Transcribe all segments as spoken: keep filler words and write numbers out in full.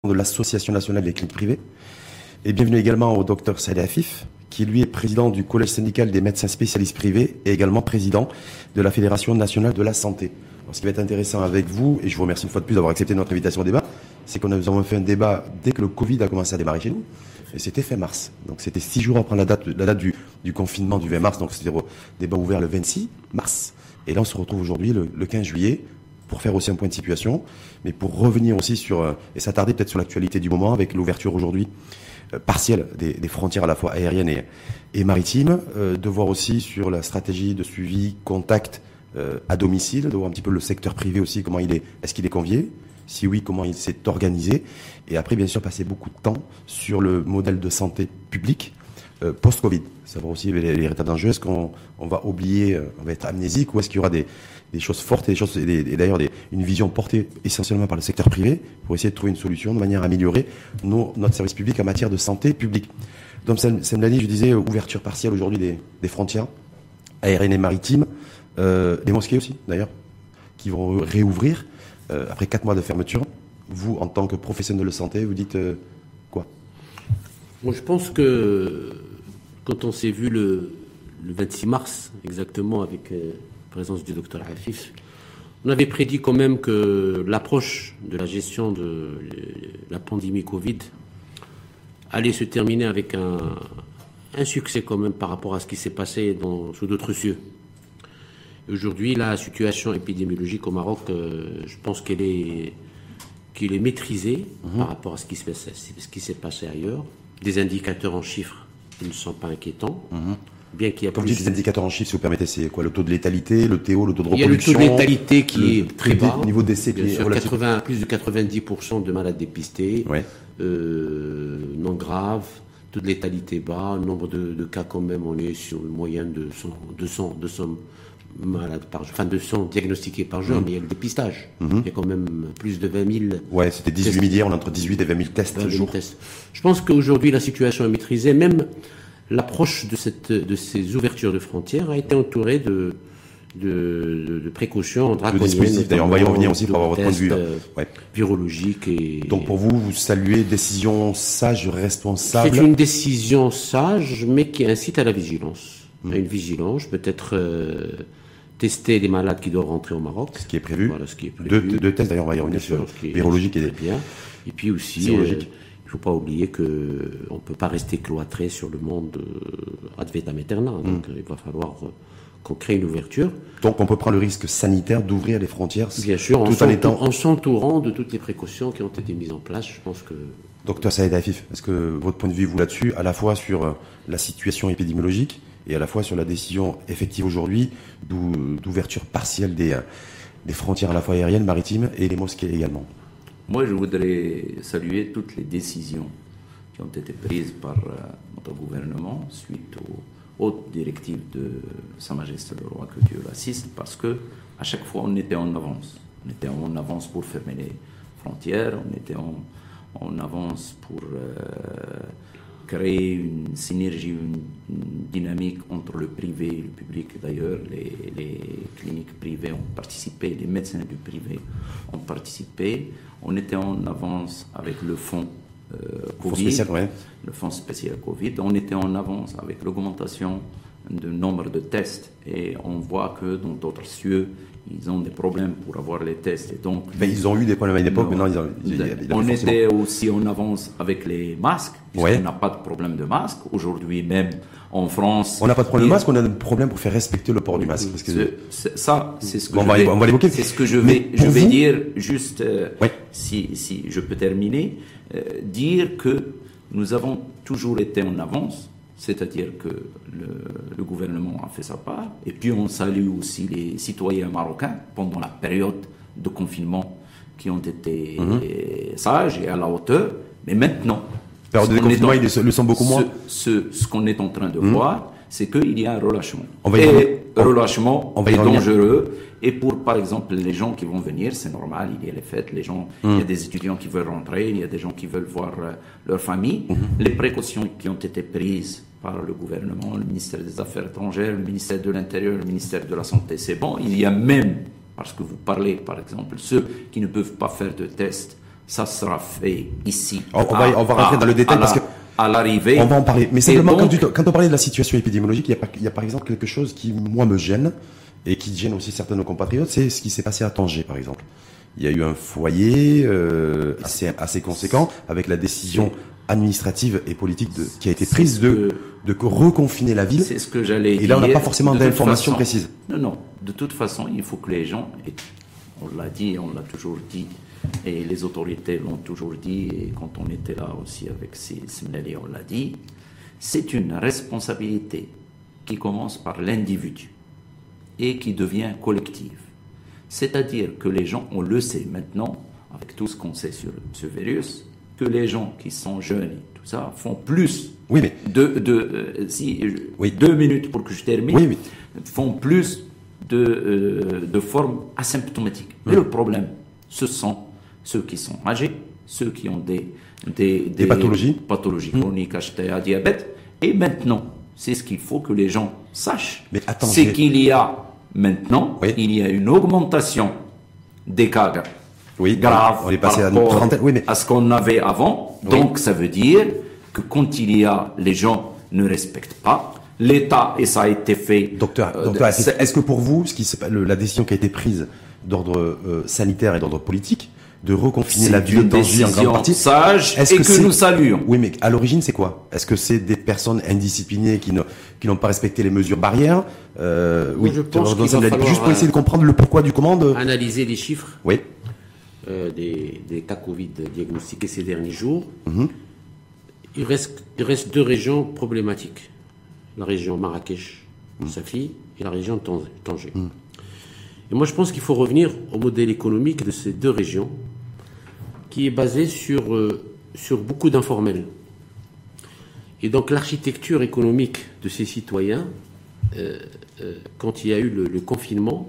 de l'Association nationale des cliniques privées. Et bienvenue également au docteur Saïd Afif, qui lui est président du Collège syndical des médecins spécialistes privés et également président de la Fédération nationale de la santé. Alors, ce qui va être intéressant avec vous, et je vous remercie une fois de plus d'avoir accepté notre invitation au débat, c'est qu'on a, nous avons fait un débat dès que le Covid a commencé à démarrer chez nous, et c'était fin mars. Donc c'était six jours après la date, la date du, du confinement du vingt mars, donc c'était un débat ouvert le vingt-six mars. Et là on se retrouve aujourd'hui le, le quinze juillet, pour faire aussi un point de situation, mais pour revenir aussi sur, et s'attarder peut-être sur l'actualité du moment, avec l'ouverture aujourd'hui euh, partielle des, des frontières à la fois aériennes et, et maritimes, euh, de voir aussi sur la stratégie de suivi, contact euh, à domicile, de voir un petit peu le secteur privé aussi, comment il est, est-ce qu'il est convié, si oui, comment il s'est organisé, et après bien sûr passer beaucoup de temps sur le modèle de santé publique euh, post-Covid, savoir aussi les, les états d'enjeu, est-ce qu'on on va oublier, euh, on va être amnésique, ou est-ce qu'il y aura des des choses fortes et, des choses, et, des, et d'ailleurs des, une vision portée essentiellement par le secteur privé pour essayer de trouver une solution de manière à améliorer nos, notre service public en matière de santé publique. Donc Semlani, je disais, ouverture partielle aujourd'hui des, des frontières aériennes et maritimes, euh, des mosquées aussi d'ailleurs, qui vont réouvrir euh, après quatre mois de fermeture. Vous, en tant que professionnel de santé, vous dites euh, quoi? Moi, je pense que quand on s'est vu le, le vingt-six mars, exactement, avec... Euh, présence du docteur Afif, on avait prédit quand même que l'approche de la gestion de la pandémie Covid allait se terminer avec un, un succès quand même par rapport à ce qui s'est passé dans, sous d'autres cieux. Aujourd'hui, la situation épidémiologique au Maroc, euh, je pense qu'elle est, qu'elle est maîtrisée mmh. par rapport à ce qui, se, ce qui s'est passé ailleurs. Des indicateurs en chiffres qui ne sont pas inquiétants. Mmh. Bien qu'il y a Comme plus vous dites, les indicateurs en chiffres, si vous permettez, c'est quoi? Le taux de létalité, le T O, le taux de reproduction? Il y a le taux de létalité qui le, est très bas. Le niveau d'essai qui est sur quatre-vingts, plus de quatre-vingt-dix pour cent de malades dépistés, ouais. euh, non graves, taux de létalité bas, le nombre de, de cas quand même, on est sur une moyenne de deux cents, deux cents malades par jour, enfin deux cents diagnostiqués par jour, mmh. mais il y a le dépistage. Mmh. Il y a quand même plus de vingt mille. Ouais, c'était dix-huit mille hier, on a entre dix-huit et vingt mille tests par jour. Tests. Je pense qu'aujourd'hui, la situation est maîtrisée, même. L'approche de, cette, de ces ouvertures de frontières a été entourée de, de, de, de précautions draconiennes. D'ailleurs, on va y revenir aussi pour avoir votre point de vue. Euh, ouais. Virologique et. Donc pour vous, vous saluez décision sage, responsable. C'est une décision sage, mais qui incite à la vigilance. Mmh. À une vigilance, peut-être euh, tester les malades qui doivent rentrer au Maroc. Ce qui est prévu. Voilà, ce qui est prévu. Deux, deux tests, d'ailleurs, on va y revenir sur virologique et. Bien. Et puis aussi. Virologique. Euh, Il ne faut pas oublier qu'on ne peut pas rester cloîtré sur le monde euh, ad vitam aeternam. Donc mmh. il va falloir euh, qu'on crée une ouverture. Donc on peut prendre le risque sanitaire d'ouvrir les frontières. Bien sûr, tout en, en, étant... en s'entourant de toutes les précautions qui ont été mises en place. Je pense que... Docteur Saïd Afif, est-ce que votre point de vue, vous là-dessus, à la fois sur euh, la situation épidémiologique et à la fois sur la décision effective aujourd'hui d'ouverture partielle des, euh, des frontières à la fois aériennes, maritimes et les mosquées également? Moi, je voudrais saluer toutes les décisions qui ont été prises par euh, notre gouvernement suite aux hautes directives de Sa Majesté le Roi, que Dieu l'assiste, parce que à chaque fois, on était en avance. On était en avance pour fermer les frontières, on était en, en avance pour euh, créer une synergie, une, une dynamique entre le privé et le public. D'ailleurs, les, les cliniques privées ont participé, les médecins du privé ont participé. On était en avance avec le fonds euh, Covid, fonds spécial, ouais. le fonds spécial Covid. On était en avance avec l'augmentation du nombre de tests. Et on voit que dans d'autres cieux, ils ont des problèmes pour avoir les tests. Et donc, ben, ils ont eu des problèmes à une époque, maintenant ils ont... Ils, ils, ils on était aussi en avance avec les masques, ouais. On n'a pas de problème de masque. Aujourd'hui même, en France... On n'a pas de problème de masque, on a un problème pour faire respecter le port du masque. Parce que... ce, c'est, ça, c'est ce que bon, je on vais, va, on va l'évoquer. C'est ce que je vais, je vais dire, juste, euh, ouais. si, si je peux terminer, euh, dire que nous avons toujours été en avance. C'est-à-dire que le, le gouvernement a fait sa part. Et puis on salue aussi les citoyens marocains pendant la période de confinement qui ont été mmh. sages et à la hauteur. Mais maintenant, la période de confinement, ils le sont beaucoup moins. Ce, ce, ce qu'on est en train de mmh. voir, c'est qu'il y a un relâchement. On va y et le relâchement on va est dangereux. Et pour, par exemple, les gens qui vont venir, c'est normal, il y a les fêtes, les gens, mmh. il y a des étudiants qui veulent rentrer, il y a des gens qui veulent voir euh, leur famille. Mmh. Les précautions qui ont été prises par le gouvernement, le ministère des Affaires étrangères, le ministère de l'Intérieur, le ministère de la Santé, c'est bon. Il y a même, parce que vous parlez, par exemple, ceux qui ne peuvent pas faire de tests ça sera fait ici. On, on, va, on va rentrer à, dans le détail parce la, que à l'arrivée. On va en parler. Mais simplement, donc, quand, tu, quand on parlait de la situation épidémiologique, il y, a, il y a par exemple quelque chose qui, moi, me gêne et qui gêne aussi certains de nos compatriotes, c'est ce qui s'est passé à Tanger, par exemple. Il y a eu un foyer euh, assez, assez conséquent avec la décision administrative et politique de, qui a été prise de, de reconfiner la ville. C'est ce que j'allais dire. Et là, on n'a pas forcément d'informations précises. Non, non. De toute façon, il faut que les gens, et on l'a dit, on l'a toujours dit, et les autorités l'ont toujours dit, et quand on était là aussi avec Semnali, on l'a dit, c'est une responsabilité qui commence par l'individu et qui devient collective. C'est-à-dire que les gens, on le sait maintenant, avec tout ce qu'on sait sur ce virus, que les gens qui sont jeunes et tout ça font plus oui, mais... de, de euh, si oui. deux minutes pour que je termine, oui, oui. font plus de, euh, de formes asymptomatiques. Mais oui. Le problème, ce sont ceux qui sont âgés, ceux qui ont des, des, des, des pathologies, pathologies chroniques, H T A, diabète. Et maintenant, c'est ce qu'il faut que les gens sachent. Mais attends, c'est j'ai... qu'il y a maintenant, oui. il y a une augmentation des cas oui, graves on est passé par à, une rapport trentaine, oui, mais... à ce qu'on avait avant. Oui. Donc, ça veut dire que quand il y a, les gens ne respectent pas. L'État, et ça a été fait... Docteur, euh, docteur est-ce, est-ce que pour vous, ce qui, le, la décision qui a été prise d'ordre euh, sanitaire et d'ordre politique, de reconfiner c'est la ville de Tanger en grande partie, sage est-ce et que, que nous saluons. Oui, mais à l'origine, c'est quoi? Est-ce que c'est des personnes indisciplinées qui, ne, qui n'ont pas respecté les mesures barrières euh, Oui, je pense qu'il va falloir juste pour essayer de comprendre le pourquoi du comment. De... Analyser les chiffres oui. euh, des, des cas Covid diagnostiqués ces derniers jours. Mm-hmm. Il reste, il reste deux régions problématiques. La région Marrakech, mmh. Safi, et la région Tanger. Mmh. Et moi, je pense qu'il faut revenir au modèle économique de ces deux régions, qui est basé sur, euh, sur beaucoup d'informels. Et donc, l'architecture économique de ces citoyens, euh, euh, quand il y a eu le, le confinement,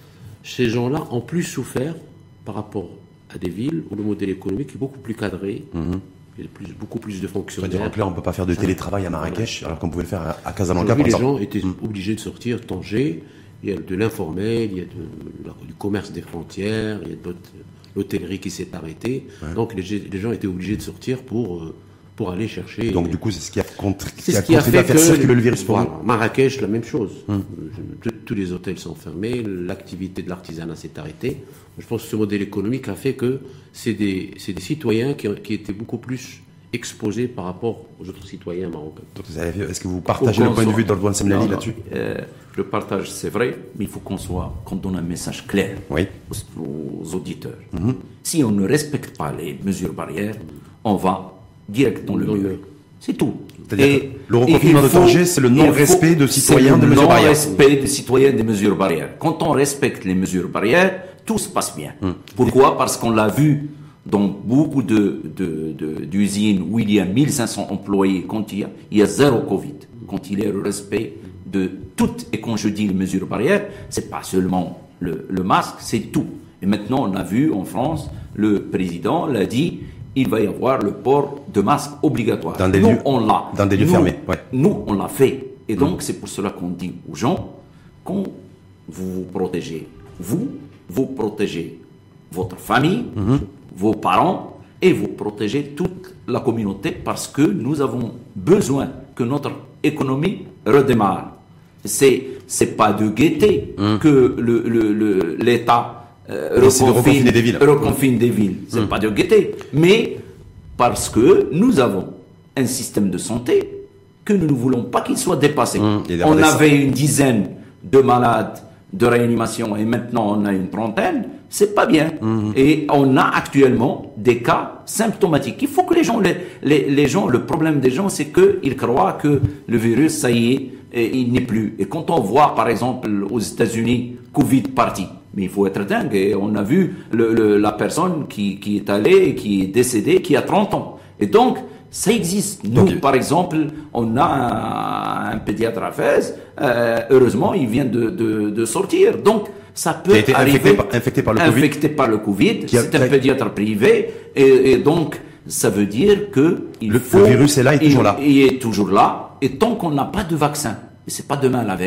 ces gens-là ont plus souffert par rapport à des villes où le modèle économique est beaucoup plus cadré. Mmh. Il y a plus, beaucoup plus de fonctionnaires. Donc là, on ne peut pas faire de télétravail à Marrakech, alors qu'on pouvait le faire à, à Casablanca. Aujourd'hui, les gens étaient mmh. obligés de sortir. Tanger, il y a de l'informel, il y a de, du commerce des frontières, il y a d'autres, l'hôtellerie qui s'est arrêtée. Ouais. Donc les, les gens étaient obligés de sortir pour, pour aller chercher. Donc du coup, c'est ce qui a, contri- c'est qui a ce qui a contribué fait à faire que, circuler le virus. Voilà, Marrakech, la même chose. Mmh. Tous les hôtels sont fermés, l'activité de l'artisanat s'est arrêtée. Je pense que ce modèle économique a fait que c'est des, c'est des citoyens qui, qui étaient beaucoup plus exposés par rapport aux autres citoyens marocains. Donc, est-ce que vous partagez le point de vue d'Ordouane Semnali là-dessus? euh, Le partage, c'est vrai, mais il faut qu'on soit, qu'on donne un message clair oui. aux, aux auditeurs. Mm-hmm. Si on ne respecte pas les mesures barrières, on va direct dans le mur. C'est tout. Et le reconfinement de Tanger, c'est le non-respect de citoyens des mesures barrières. C'est le non-respect des citoyens des mesures barrières. Quand on respecte les mesures barrières, tout se passe bien. Mm. Pourquoi? Parce qu'on l'a vu dans beaucoup de, de, de, d'usines où il y a mille cinq cents employés, quand il y a, il y a zéro Covid, quand il y a le respect de toutes, et quand je dis les mesures barrières, c'est pas seulement le, le masque, c'est tout. Et maintenant, on a vu en France, le président l'a dit, il va y avoir le port de masque obligatoire. Dans des nous, lieux, on l'a. Dans des lieux nous, fermés. Ouais. Nous, on l'a fait. Et donc, mmh. c'est pour cela qu'on dit aux gens, quand vous vous protégez, vous, vous protégez votre famille, mmh. vos parents, et vous protégez toute la communauté parce que nous avons besoin que notre économie redémarre. C'est, c'est pas de gaieté mmh. que le, le, le, l'État euh, reconfine de des villes. Reconfine mmh. des villes. C'est mmh. pas de gaieté. Mais parce que nous avons un système de santé que nous ne voulons pas qu'il soit dépassé. Mmh. On avait une dizaine de malades de réanimation et maintenant on a une trentaine. C'est pas bien. Mmh. Et on a actuellement des cas symptomatiques. Il faut que les gens, les, les, les gens, le problème des gens, c'est qu'ils croient que le virus, ça y est, et il n'est plus. Et quand on voit, par exemple, aux États-Unis, Covid parti, mais il faut être dingue. Et on a vu le, le, la personne qui, qui est allée, qui est décédée, qui a trente ans. Et donc, ça existe. Nous, okay. par exemple, on a un, un pédiatre à Fès. Euh, heureusement, il vient de, de, de sortir. Donc, ça peut qui a été arriver. Infecté par, infecté par le Covid. Infecté par le Covid. Qui a, c'est un pédiatre privé. Et, et donc, ça veut dire que il le, faut, le virus est là, il est toujours là. Il est toujours là. Et tant qu'on n'a pas de vaccin, et c'est pas demain la veille, mmh.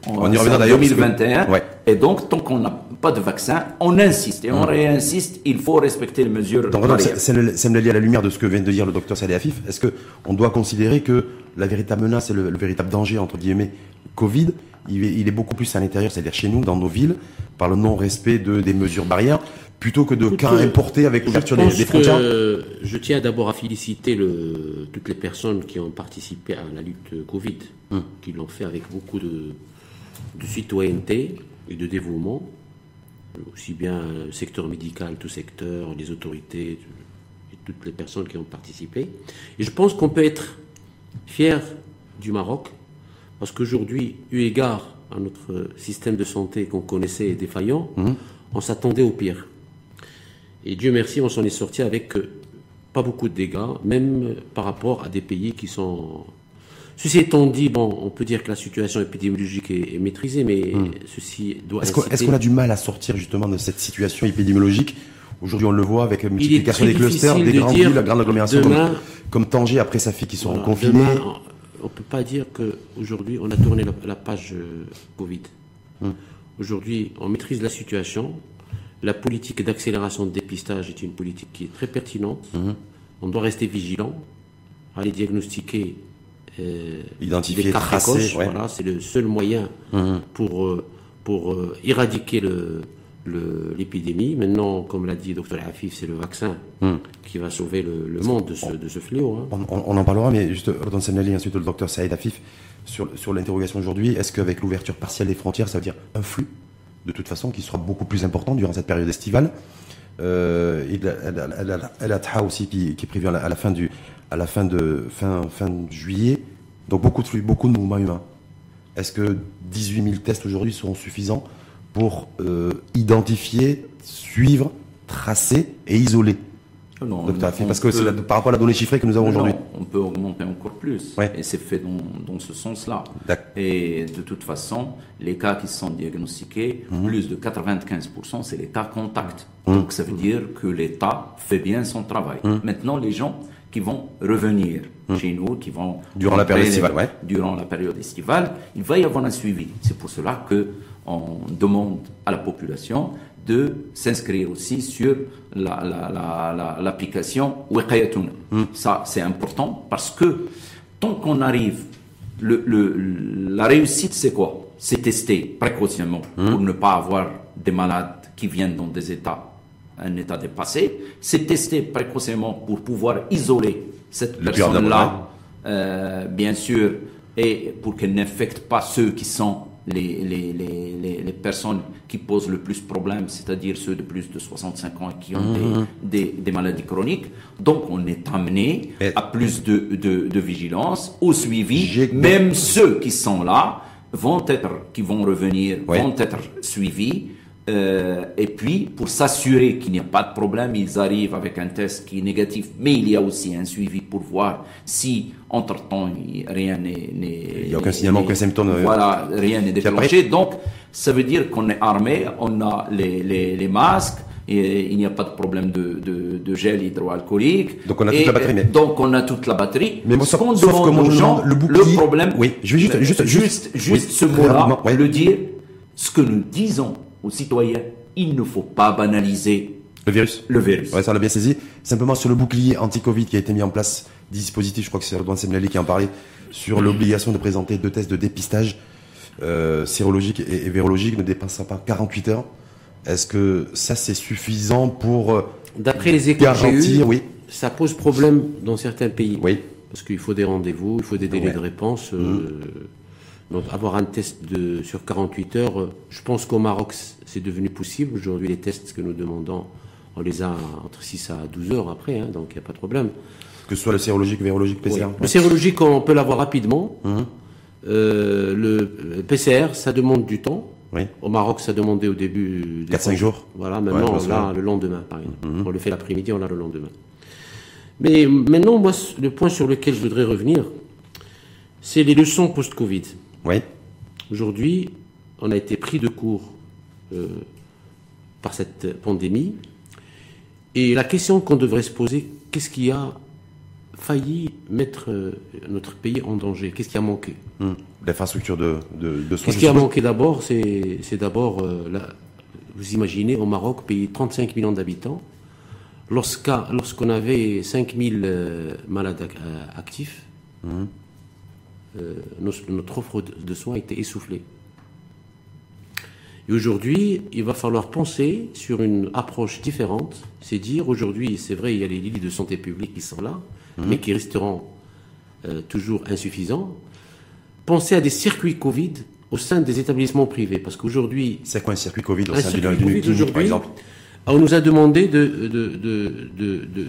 On, on y reviendra d'ailleurs. deux mille vingt et un. Que... Ouais. Et donc, tant qu'on n'a pas de vaccin, on insiste et on mmh. réinsiste, il faut respecter les mesures. Donc, donc c'est, c'est à la lumière de ce que vient de dire le docteur Saleh Afif. Est-ce qu'on doit considérer que la véritable menace et le, le véritable danger, entre guillemets, Covid, il est, il est beaucoup plus à l'intérieur, c'est-à-dire chez nous, dans nos villes, par le non-respect de, des mesures barrières, plutôt que de Écoute, cas importés avec l'ouverture des, des frontières? Je tiens d'abord à féliciter le, toutes les personnes qui ont participé à la lutte Covid, hum. qui l'ont fait avec beaucoup de, de citoyenneté et de dévouement, aussi bien le secteur médical, tout secteur, les autorités, et toutes les personnes qui ont participé. Et je pense qu'on peut être fier du Maroc, parce qu'aujourd'hui, eu égard à notre système de santé qu'on connaissait défaillant, mmh. on s'attendait au pire. Et Dieu merci, on s'en est sorti avec euh, pas beaucoup de dégâts, même par rapport à des pays qui sont... Ceci étant dit, bon, on peut dire que la situation épidémiologique est, est maîtrisée, mais mmh. ceci doit est-ce, inciter... est-ce qu'on a du mal à sortir justement de cette situation épidémiologique? Aujourd'hui, on le voit avec la multiplication des clusters, des grandes villes, la grande agglomération demain, comme, comme Tanger, après sa fille qui seront voilà, confinés. Demain, on ne peut pas dire qu'aujourd'hui, on a tourné la, la page euh, Covid. Mmh. Aujourd'hui, on maîtrise la situation. La politique d'accélération de dépistage est une politique qui est très pertinente. Mmh. On doit rester vigilant, aller diagnostiquer euh, identifier, des cas tracer. précoces. Ouais. Voilà, c'est le seul moyen mmh. pour, euh, pour euh, éradiquer le... Le, l'épidémie. Maintenant, comme l'a dit le docteur Afif, c'est le vaccin hum. qui va sauver le, le monde de ce, de ce fléau. Hein. On, on, on en parlera, mais juste Rodon Semnali, ensuite le docteur Saïd Afif, sur, sur l'interrogation aujourd'hui, est-ce qu'avec l'ouverture partielle des frontières, ça veut dire un flux, de toute façon, qui sera beaucoup plus important durant cette période estivale? euh, Il y a Tha aussi qui, qui est prévu à la, à la fin du, à la fin de fin, fin de juillet. Donc beaucoup de flux, beaucoup de mouvements humains. Est-ce que dix-huit mille tests aujourd'hui seront suffisants pour euh, identifier, suivre, tracer et isoler? Non, Docteur Afif, parce que peut... c'est la, par rapport à la donnée chiffrée que nous avons non, aujourd'hui. On peut augmenter encore plus, ouais. et c'est fait dans, dans ce sens-là. D'accord. Et de toute façon, les cas qui sont diagnostiqués, mmh. plus de quatre-vingt-quinze pour cent, c'est les cas contacts. Mmh. Donc ça veut dire que l'État fait bien son travail. Mmh. Maintenant, les gens qui vont revenir mmh. chez nous, qui vont... Durant la période estivale, ouais. Durant la période estivale, il va y avoir un suivi. C'est pour cela que on demande à la population de s'inscrire aussi sur la, la, la, la, l'application Wiqayatuna. Mm. Ça, c'est important parce que tant qu'on arrive, le, le, la réussite, c'est quoi? C'est tester précocement mm. pour ne pas avoir des malades qui viennent dans des états, un état dépassé. C'est tester précocement pour pouvoir isoler cette le personne-là, euh, bien sûr, et pour qu'elle n'infecte pas ceux qui sont Les, les, les, les personnes qui posent le plus de problèmes, c'est-à-dire ceux de plus de soixante-cinq ans qui ont mmh. des, des, des maladies chroniques. Donc, on est amené Et à plus de, de, de vigilance, au suivi. J'ai... Même ceux qui sont là vont être, qui vont revenir, ouais. vont être suivis. Euh, et puis, pour s'assurer qu'il n'y a pas de problème, ils arrivent avec un test qui est négatif, mais il y a aussi un suivi pour voir si, entre-temps, rien n'est... n'est il n'y a aucun signalement, aucun symptôme. Voilà, rien n'est déclenché. Donc, ça veut dire qu'on est armé, on a les, les, les masques, et il n'y a pas de problème de, de, de gel hydroalcoolique. Donc, on a et, toute la batterie. Mais... Donc, on a toute la batterie. Mais moi, sauf, sauf que mon gens, le bouclier... Le problème... Oui, je vais juste... Juste, juste, juste oui, ce mot-là, ouais. le dire, ce que nous disons aux citoyens, il ne faut pas banaliser le virus. Le virus. Ouais, ça on l'a bien saisi. Simplement sur le bouclier anti-Covid qui a été mis en place, dispositif, je crois que c'est Rodouane Semnali qui en parlait, sur l'obligation de présenter deux tests de dépistage euh, sérologique et, et vérologique ne dépassant pas quarante-huit heures. Est-ce que ça c'est suffisant pour euh, D'après les échos garantir, que j'ai eu, oui. ça pose problème dans certains pays. Oui. Parce qu'il faut des rendez-vous, il faut des délais ouais. de réponse. Euh, mmh. Donc avoir un test de, sur quarante-huit heures, je pense qu'au Maroc c'est devenu possible. Aujourd'hui les tests que nous demandons, on les a entre six à douze heures après, hein, donc il n'y a pas de problème. Que ce soit le sérologique, vérologique, P C R. Oui. Le sérologique on peut l'avoir rapidement. Mmh. Euh, le P C R ça demande du temps. Oui. Au Maroc ça demandait au début... quatre à cinq jours. Voilà, maintenant ouais, on l'a le lendemain par exemple. Mmh. On le fait l'après-midi, on l'a le lendemain. Mais maintenant, moi, le point sur lequel je voudrais revenir, c'est les leçons post-Covid. Oui. Aujourd'hui, on a été pris de court euh, par cette pandémie. Et la question qu'on devrait se poser, qu'est-ce qu'il y a failli mettre euh, notre pays en danger. Qu'est-ce qui a manqué? Hum. L'infrastructure de, de, de soins. Qu'est-ce qui a manqué d'abord? C'est, c'est d'abord, euh, la, vous imaginez, au Maroc, pays de trente-cinq millions d'habitants, lorsqu'à, lorsqu'on avait cinq mille euh, malades euh, actifs, hum. euh, notre, notre offre de soins était essoufflée. Et aujourd'hui, il va falloir penser sur une approche différente. C'est dire, aujourd'hui, c'est vrai, il y a les lits de santé publique qui sont là, mmh. mais qui resteront euh, toujours insuffisants. Penser à des circuits Covid au sein des établissements privés. Parce qu'aujourd'hui... C'est quoi un circuit Covid au sein d'une clinique, par exemple? On nous a demandé de, de, de, de, de,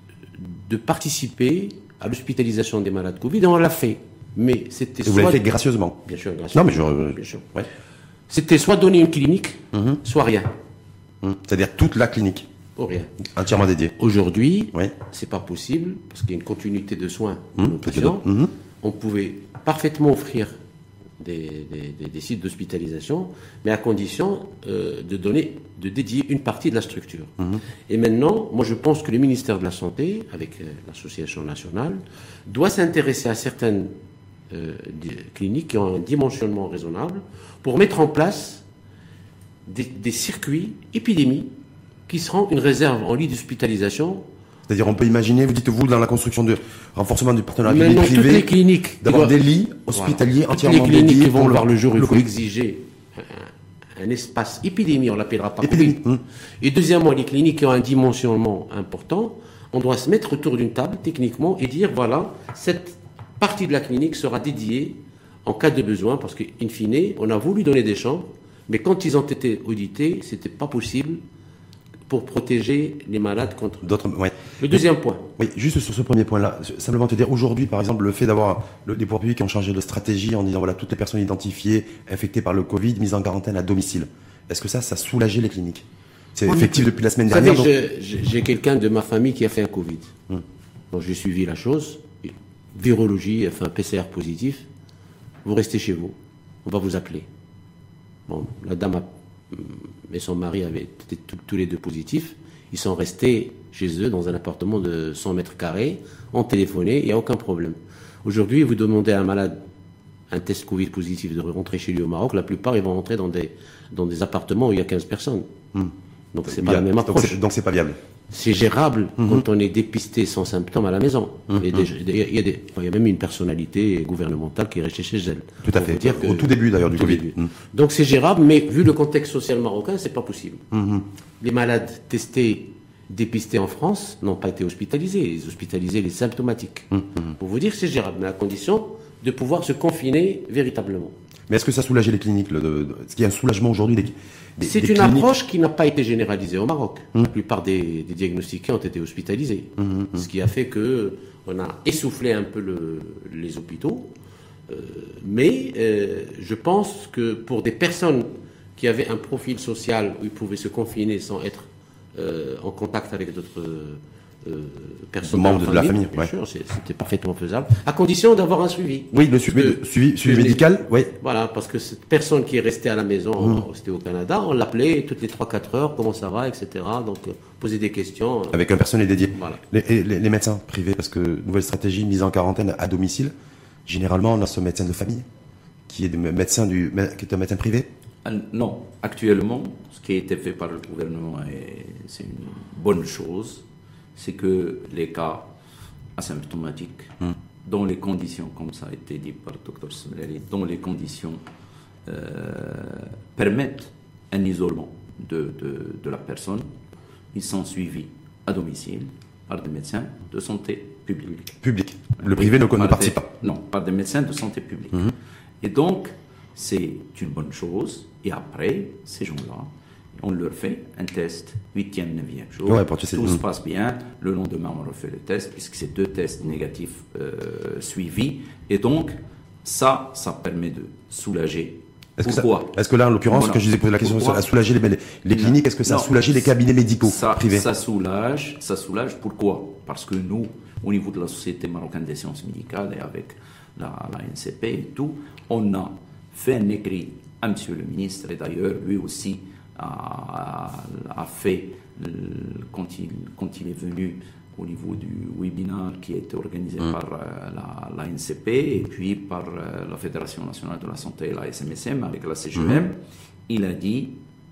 de participer à l'hospitalisation des malades Covid, et on l'a fait. Mais c'était... Et vous l'avez fait gracieusement? Bien sûr, gracieusement. Non, mais je... Bien sûr. Ouais. C'était soit donner une clinique, mmh. soit rien. Mmh. C'est-à-dire toute la clinique? Ou rien. Entièrement dédiée. Aujourd'hui, oui. c'est pas possible, parce qu'il y a une continuité de soins mmh. pour nos patients. Mmh. On pouvait parfaitement offrir des, des, des, des sites d'hospitalisation, mais à condition euh, de donner, de dédier une partie de la structure. Mmh. Et maintenant, moi je pense que le ministère de la Santé, avec euh, l'association nationale, doit s'intéresser à certaines euh, cliniques qui ont un dimensionnement raisonnable, pour mettre en place des, des circuits épidémie qui seront une réserve en lit d'hospitalisation. C'est-à-dire, on peut imaginer, vous dites-vous, dans la construction de renforcement du partenariat public-privé, toutes les cliniques, d'avoir des lits hospitaliers voilà, entièrement dédiés. Les cliniques qui vont le, voir le jour, le il faut COVID. exiger un, un espace épidémie, on l'appellera pas épidémie. Covid. Hum. Et deuxièmement, les cliniques qui ont un dimensionnement important, on doit se mettre autour d'une table, techniquement, et dire, voilà, cette partie de la clinique sera dédiée en cas de besoin, parce qu'in fine, on a voulu donner des chambres, mais quand ils ont été audités, ce n'était pas possible pour protéger les malades contre... D'autres, ouais. Le deuxième point. Oui, juste sur ce premier point-là, simplement te dire, aujourd'hui, par exemple, le fait d'avoir le, les pouvoirs publics qui ont changé de stratégie en disant, voilà, toutes les personnes identifiées, infectées par le Covid, mises en quarantaine à domicile, est-ce que ça, ça a soulagé les cliniques? C'est oui, effectif depuis la semaine vous dernière. Savez, donc... j'ai, j'ai quelqu'un de ma famille qui a fait un Covid. Hum. Donc j'ai suivi la chose, virologie, enfin P C R positif. Vous restez chez vous, on va vous appeler. Bon, la dame a, et son mari avaient été tous les deux positifs. Ils sont restés chez eux dans un appartement de cent mètres carrés, ont téléphoné, il n'y a aucun problème. Aujourd'hui, vous demandez à un malade un test Covid positif de rentrer chez lui au Maroc, la plupart ils vont rentrer dans des, dans des appartements où il y a quinze personnes. Hum. Donc c'est pas la même approche. Donc c'est, donc c'est pas viable. C'est gérable mmh. quand on est dépisté sans symptômes à la maison. Mmh. Il, y a des, il, y a des, il y a même une personnalité gouvernementale qui est restée chez elle. Tout à fait. Dire au tout début d'ailleurs du Covid. Mmh. Donc c'est gérable, mais vu le contexte social marocain, c'est pas possible. Mmh. Les malades testés, dépistés en France n'ont pas été hospitalisés. Ils hospitalisaient les symptomatiques. Mmh. Pour vous dire, c'est gérable, mais à condition de pouvoir se confiner véritablement. Mais est-ce que ça soulageait les cliniques le, de, de, Est-ce qu'il y a un soulagement aujourd'hui des, des C'est des une cliniques... approche qui n'a pas été généralisée au Maroc. Mmh. La plupart des, des diagnostiqués ont été hospitalisés. Mmh, mmh. Ce qui a fait qu'on a essoufflé un peu le, les hôpitaux. Euh, mais euh, je pense que pour des personnes qui avaient un profil social où ils pouvaient se confiner sans être euh, en contact avec d'autres... Euh, personnes membres de la famille, bien ouais. sûr, c'était parfaitement faisable, à condition d'avoir un suivi. Oui, le suivi, que, suivi, suivi médical, oui. Voilà, parce que cette personne qui est restée à la maison, mmh. c'était au Canada, on l'appelait toutes les trois quatre heures, comment ça va, et cetera. Donc, euh, poser des questions. Euh, Avec un personnel dédié. Voilà. Les, les, les médecins privés, parce que nouvelle stratégie, mise en quarantaine à domicile, généralement, on a ce médecin de famille, qui est, de médecin du, qui est un médecin privé. Non, actuellement, ce qui a été fait par le gouvernement, et c'est une bonne chose, c'est que les cas asymptomatiques, mmh. dans les conditions, comme ça a été dit par le docteur Semreri, dans les conditions euh, permettent un isolement de, de, de la personne, ils sont suivis à domicile par des médecins de santé publique. Public. Le privé ne, ne participe des, pas. Non, par des médecins de santé publique. Mmh. Et donc, c'est une bonne chose. Et après, ces gens-là, on leur fait un test huitième, neuvième jour. Ouais, tout se mmh. passe bien. Le lendemain, on refait le test, puisque c'est deux tests négatifs euh, suivis. Et donc, ça, ça permet de soulager. Est-ce Pourquoi que ça, Est-ce que là, en l'occurrence, voilà. que je disais poser la question, ça a soulagé les, les, les cliniques, est-ce que ça non, a soulagé les cabinets médicaux ça, privés? Ça soulage. Ça soulage. Pourquoi? Parce que nous, au niveau de la Société marocaine des sciences médicales et avec la, la N C P et tout, on a fait un écrit à Monsieur le ministre, et d'ailleurs, lui aussi, a, a fait, quand il, quand il est venu au niveau du webinaire qui a été organisé mmh. par euh, la, la N C P et puis par euh, la Fédération nationale de la santé et la S M S M avec la C G E M, mmh. il a dit,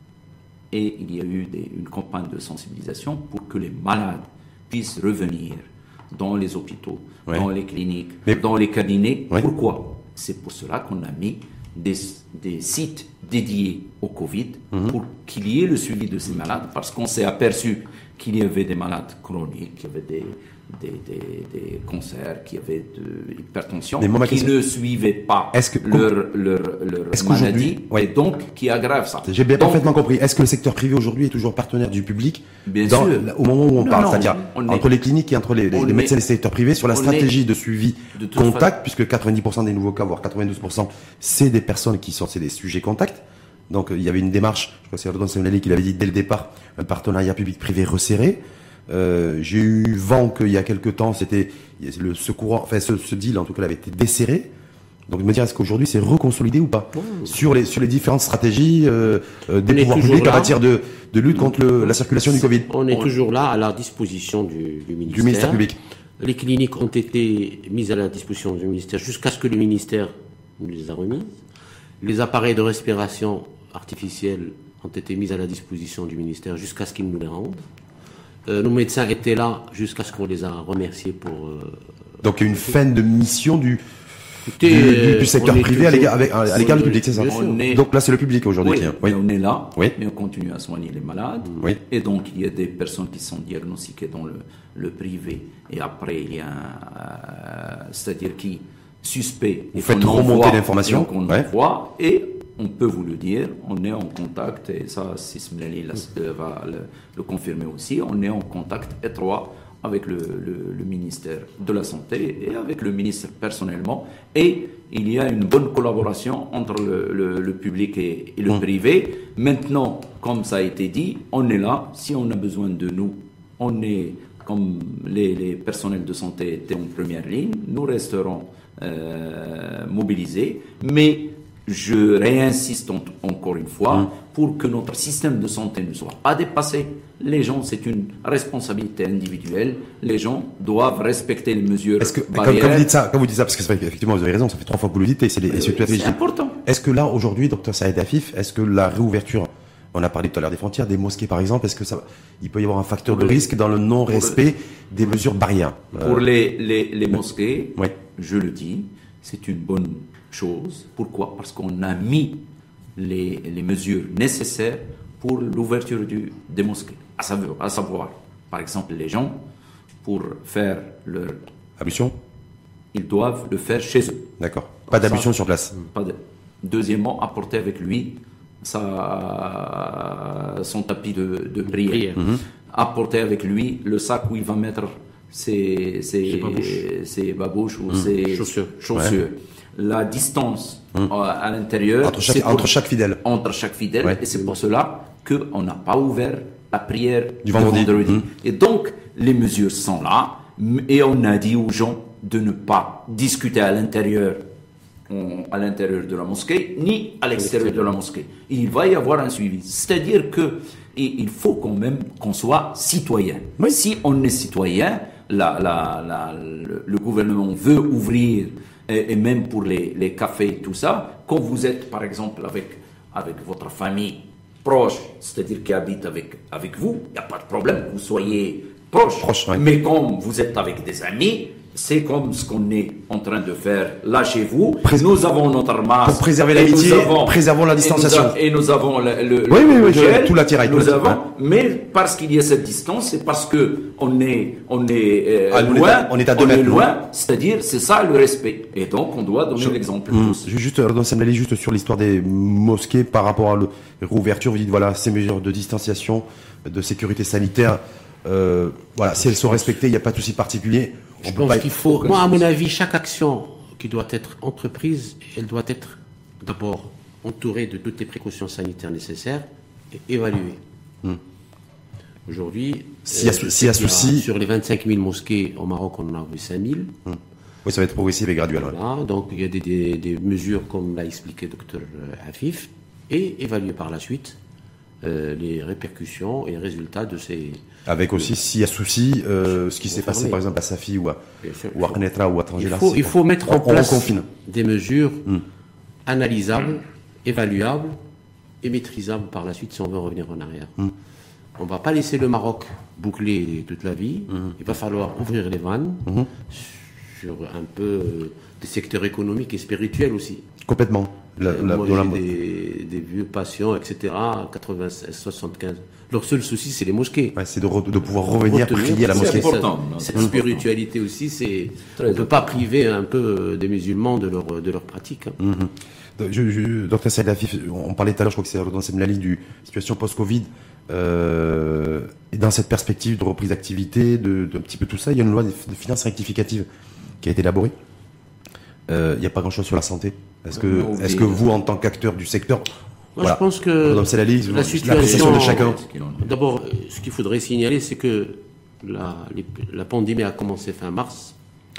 et il y a eu des, une campagne de sensibilisation pour que les malades puissent revenir dans les hôpitaux, ouais. dans les cliniques, Mais... dans les cabinets. Ouais. Pourquoi ? C'est pour cela qu'on a mis des, des sites dédiés au Covid mmh. pour qu'il y ait le suivi de ces malades, parce qu'on s'est aperçu qu'il y avait des malades chroniques, qu'il y avait des, des, des, des cancers, qu'il y avait de l'hypertension, qui question... ne suivaient pas que... leur, leur, leur maladie, ouais. et donc qui aggravent ça. J'ai bien donc... parfaitement compris. Est-ce que le secteur privé aujourd'hui est toujours partenaire du public bien dans, sûr. au moment où on non, parle, non, c'est-à-dire on entre est... les cliniques et entre les, les, les médecins et les secteurs privés sur la stratégie est... de suivi de contact, fa... puisque quatre-vingt-dix pour cent des nouveaux cas, voire quatre-vingt-douze pour cent, c'est des personnes qui sont, c'est des sujets contacts. Donc il y avait une démarche, je crois que c'est Rodon Semnali qui l'avait dit dès le départ, un partenariat public-privé resserré. Euh, j'ai eu vent qu'il y a quelques temps, c'était le ce courant, enfin ce, ce deal en tout cas avait été desserré. Donc de me dire est-ce qu'aujourd'hui c'est reconsolidé ou pas mmh. sur les sur les différentes stratégies euh, des pouvoirs publics en matière de de lutte contre le, la circulation du Covid. On est toujours là à la disposition du, du ministère. Du ministère public. Les cliniques ont été mises à la disposition du ministère jusqu'à ce que le ministère nous les a remises. Les appareils de respiration artificielle ont été mis à la disposition du ministère jusqu'à ce qu'ils nous les rendent. Euh, nos médecins étaient là jusqu'à ce qu'on les a remerciés pour... Euh, Donc il y a une fin de mission du, Écoutez, du, du, du secteur privé à l'égard, avec, à l'égard du public, c'est ça est, Donc là c'est le public aujourd'hui. Oui, oui. on est là, oui. mais on continue à soigner les malades. Oui. Et donc il y a des personnes qui sont diagnostiquées dans le, le privé. Et après il y a un... Euh, c'est-à-dire qui suspect. Vous faites remonter l'information. On ouais. voit et... On peut vous le dire, on est en contact, et ça, Sismlali va le, le confirmer aussi, on est en contact étroit avec le, le, le ministère de la Santé et avec le ministre personnellement. Et il y a une bonne collaboration entre le, le, le public et, et le mmh. privé. Maintenant, comme ça a été dit, on est là. Si on a besoin de nous, on est, comme les, les personnels de santé étaient en première ligne, nous resterons euh, mobilisés. Mais je réinsiste en, encore une fois, mmh. pour que notre système de santé ne soit pas dépassé. Les gens, c'est une responsabilité individuelle. Les gens doivent respecter les mesures Est-ce que, barrières. Comme, comme vous dites ça, comme vous dites ça, parce que c'est vrai, effectivement, vous avez raison, ça fait trois fois que vous le dites et c'est, les, et c'est tout à fait c'est important. Est-ce que là, aujourd'hui, docteur Saïd Afif, est-ce que la réouverture, on a parlé tout à l'heure des frontières, des mosquées par exemple, est-ce que ça, il peut y avoir un facteur de risque dans le non-respect des mesures barrières? Pour euh, les, les, les mosquées, oui. je le dis, c'est une bonne chose. Pourquoi? Parce qu'on a mis les, les mesures nécessaires pour l'ouverture du, des mosquées. À savoir, à savoir, par exemple, les gens, pour faire leur ablution, ils doivent le faire chez eux. D'accord. Pas d'ablution sur place. Pas de... Deuxièmement, apporter avec lui sa, son tapis de, de prière. prière. Mm-hmm. Apporter avec lui le sac où il va mettre ses, ses, babouches. ses babouches ou mm. ses chaussures. chaussures. Ouais. La distance mm. à l'intérieur entre chaque, entre chaque fidèle. Entre chaque fidèle. Ouais. Et c'est pour cela qu'on n'a pas ouvert la prière du vendredi. vendredi. Mmh. Et donc, les mesures sont là, et on a dit aux gens de ne pas discuter à l'intérieur, à l'intérieur de la mosquée, ni à l'extérieur de la mosquée. Il va y avoir un suivi. C'est-à-dire que il faut quand même qu'on soit citoyen. Oui. Si on est citoyen, la, la, la, le, le gouvernement veut ouvrir, et, et même pour les, les cafés et tout ça, quand vous êtes, par exemple, avec, avec votre famille, proche, c'est-à-dire qui habite avec, avec vous, il n'y a pas de problème, vous soyez proche. proche ouais. Mais comme vous êtes avec des amis, c'est comme ce qu'on est en train de faire là chez vous. Prés- nous avons notre masque. Pour préserver l'amitié, avons, préservons la distanciation. Et nous, a, et nous avons le, le, oui, le oui, gel. Oui, tout l'attirail. Nous tout avons, ouais. mais parce qu'il y a cette distance, c'est parce que on est, on est euh, ah, loin. On est à deux on mètres. Est loin, c'est-à-dire, c'est ça le respect. Et donc, on doit donner je, l'exemple. Hum, juste, Rodon Semnali, juste sur l'histoire des mosquées par rapport à la réouverture, vous dites voilà, ces mesures de distanciation, de sécurité sanitaire, euh, voilà, si elles sont respectées, il n'y a pas de souci particulier. Je pense pas... qu'il faut, moi, à mon avis, chaque action qui doit être entreprise, elle doit être d'abord entourée de toutes les précautions sanitaires nécessaires et évaluée. Hum. Aujourd'hui, s'il y a, euh, s'il y a souci... sur les vingt-cinq mille mosquées au Maroc, on en a vu cinq mille. Hum. Oui, ça va être progressif et graduel. Voilà, ouais. Donc il y a des, des, des mesures, comme l'a expliqué le docteur Afif, et évaluées par la suite. euh, les répercussions et les résultats de ces... Avec aussi, s'il y a souci, euh, ce qui s'est passé par exemple à Safi ou à, ou à Knetra ou à Tangela. Il faut, il faut mettre en on, place on des mesures mm. analysables, évaluables et maîtrisables par la suite si on veut revenir en arrière. Mm. On ne va pas laisser le Maroc boucler toute la vie. Mm. Il va falloir ouvrir les vannes mm. sur un peu euh, des secteurs économiques et spirituels aussi. Complètement. La, la, Moi, la... j'ai des, des vieux patients, et cetera, quatre-vingt-seize, soixante-quinze. Leur seul souci, c'est les mosquées. Ouais, c'est de, re, de pouvoir revenir Retenir, prier à la mosquée. C'est important. Cette mmh. spiritualité aussi, c'est, on ne peut pas priver un peu des musulmans de leur, de leur pratique. Hein. Mmh. Je, je, docteur Saïd Afif, on parlait tout à l'heure, je crois que c'est dans Semlali, du situation post-Covid. Euh, et dans cette perspective de reprise d'activité, de, de un petit peu tout ça, il y a une loi de, de finances rectificative qui a été élaborée. Il euh, n'y a pas grand-chose sur la santé. Est-ce que, est-ce que vous, en tant qu'acteur du secteur, moi, voilà, je pense que Selali, la situation de chacun. D'abord, ce qu'il faudrait signaler, c'est que la, les, la pandémie a commencé fin mars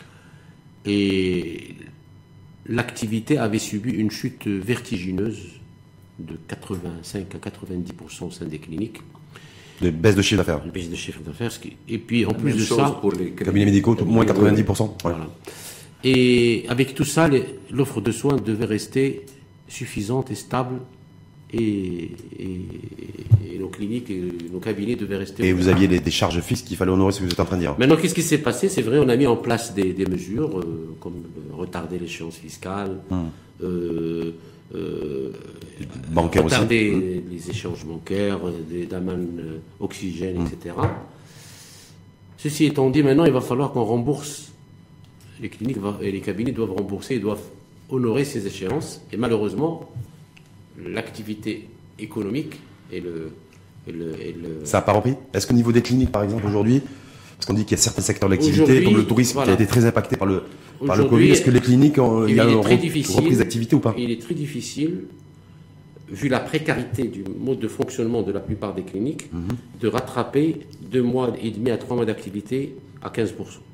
et l'activité avait subi une chute vertigineuse de quatre-vingt-cinq à quatre-vingt-dix pour cent au sein des cliniques. De baisse de chiffre d'affaires. De baisse de chiffre d'affaires. Et puis, en la plus de ça, pour les cabinets médicaux, moins quatre-vingt-dix pour cent. Voilà. Et avec tout ça, les, l'offre de soins devait rester suffisante et stable. Et, et, et nos cliniques et nos cabinets devaient rester... Et vous aviez des, des charges fixes qu'il fallait honorer, ce que vous êtes en train de dire. Maintenant, qu'est-ce qui s'est passé? C'est vrai, on a mis en place des, des mesures, euh, comme euh, retarder l'échéance fiscale, hum. euh, euh, bancaire retarder aussi. les, les échanges bancaires, des daman euh, oxygène, hum. et cetera. Ceci étant dit, maintenant, il va falloir qu'on rembourse. Les cliniques et les cabinets doivent rembourser, ils doivent honorer ces échéances. Et malheureusement, l'activité économique et le, et le, et le... Ça n'a pas repris? Est-ce qu'au niveau des cliniques, par exemple, aujourd'hui, parce qu'on dit qu'il y a certains secteurs d'activité, comme le tourisme, voilà, qui a été très impacté par le, par le Covid, est-ce que les cliniques, ont, il y a une reprise d'activité ou pas? Il est très difficile, vu la précarité du mode de fonctionnement de la plupart des cliniques, mm-hmm. de rattraper deux mois et demi à trois mois d'activité à quinze pour cent.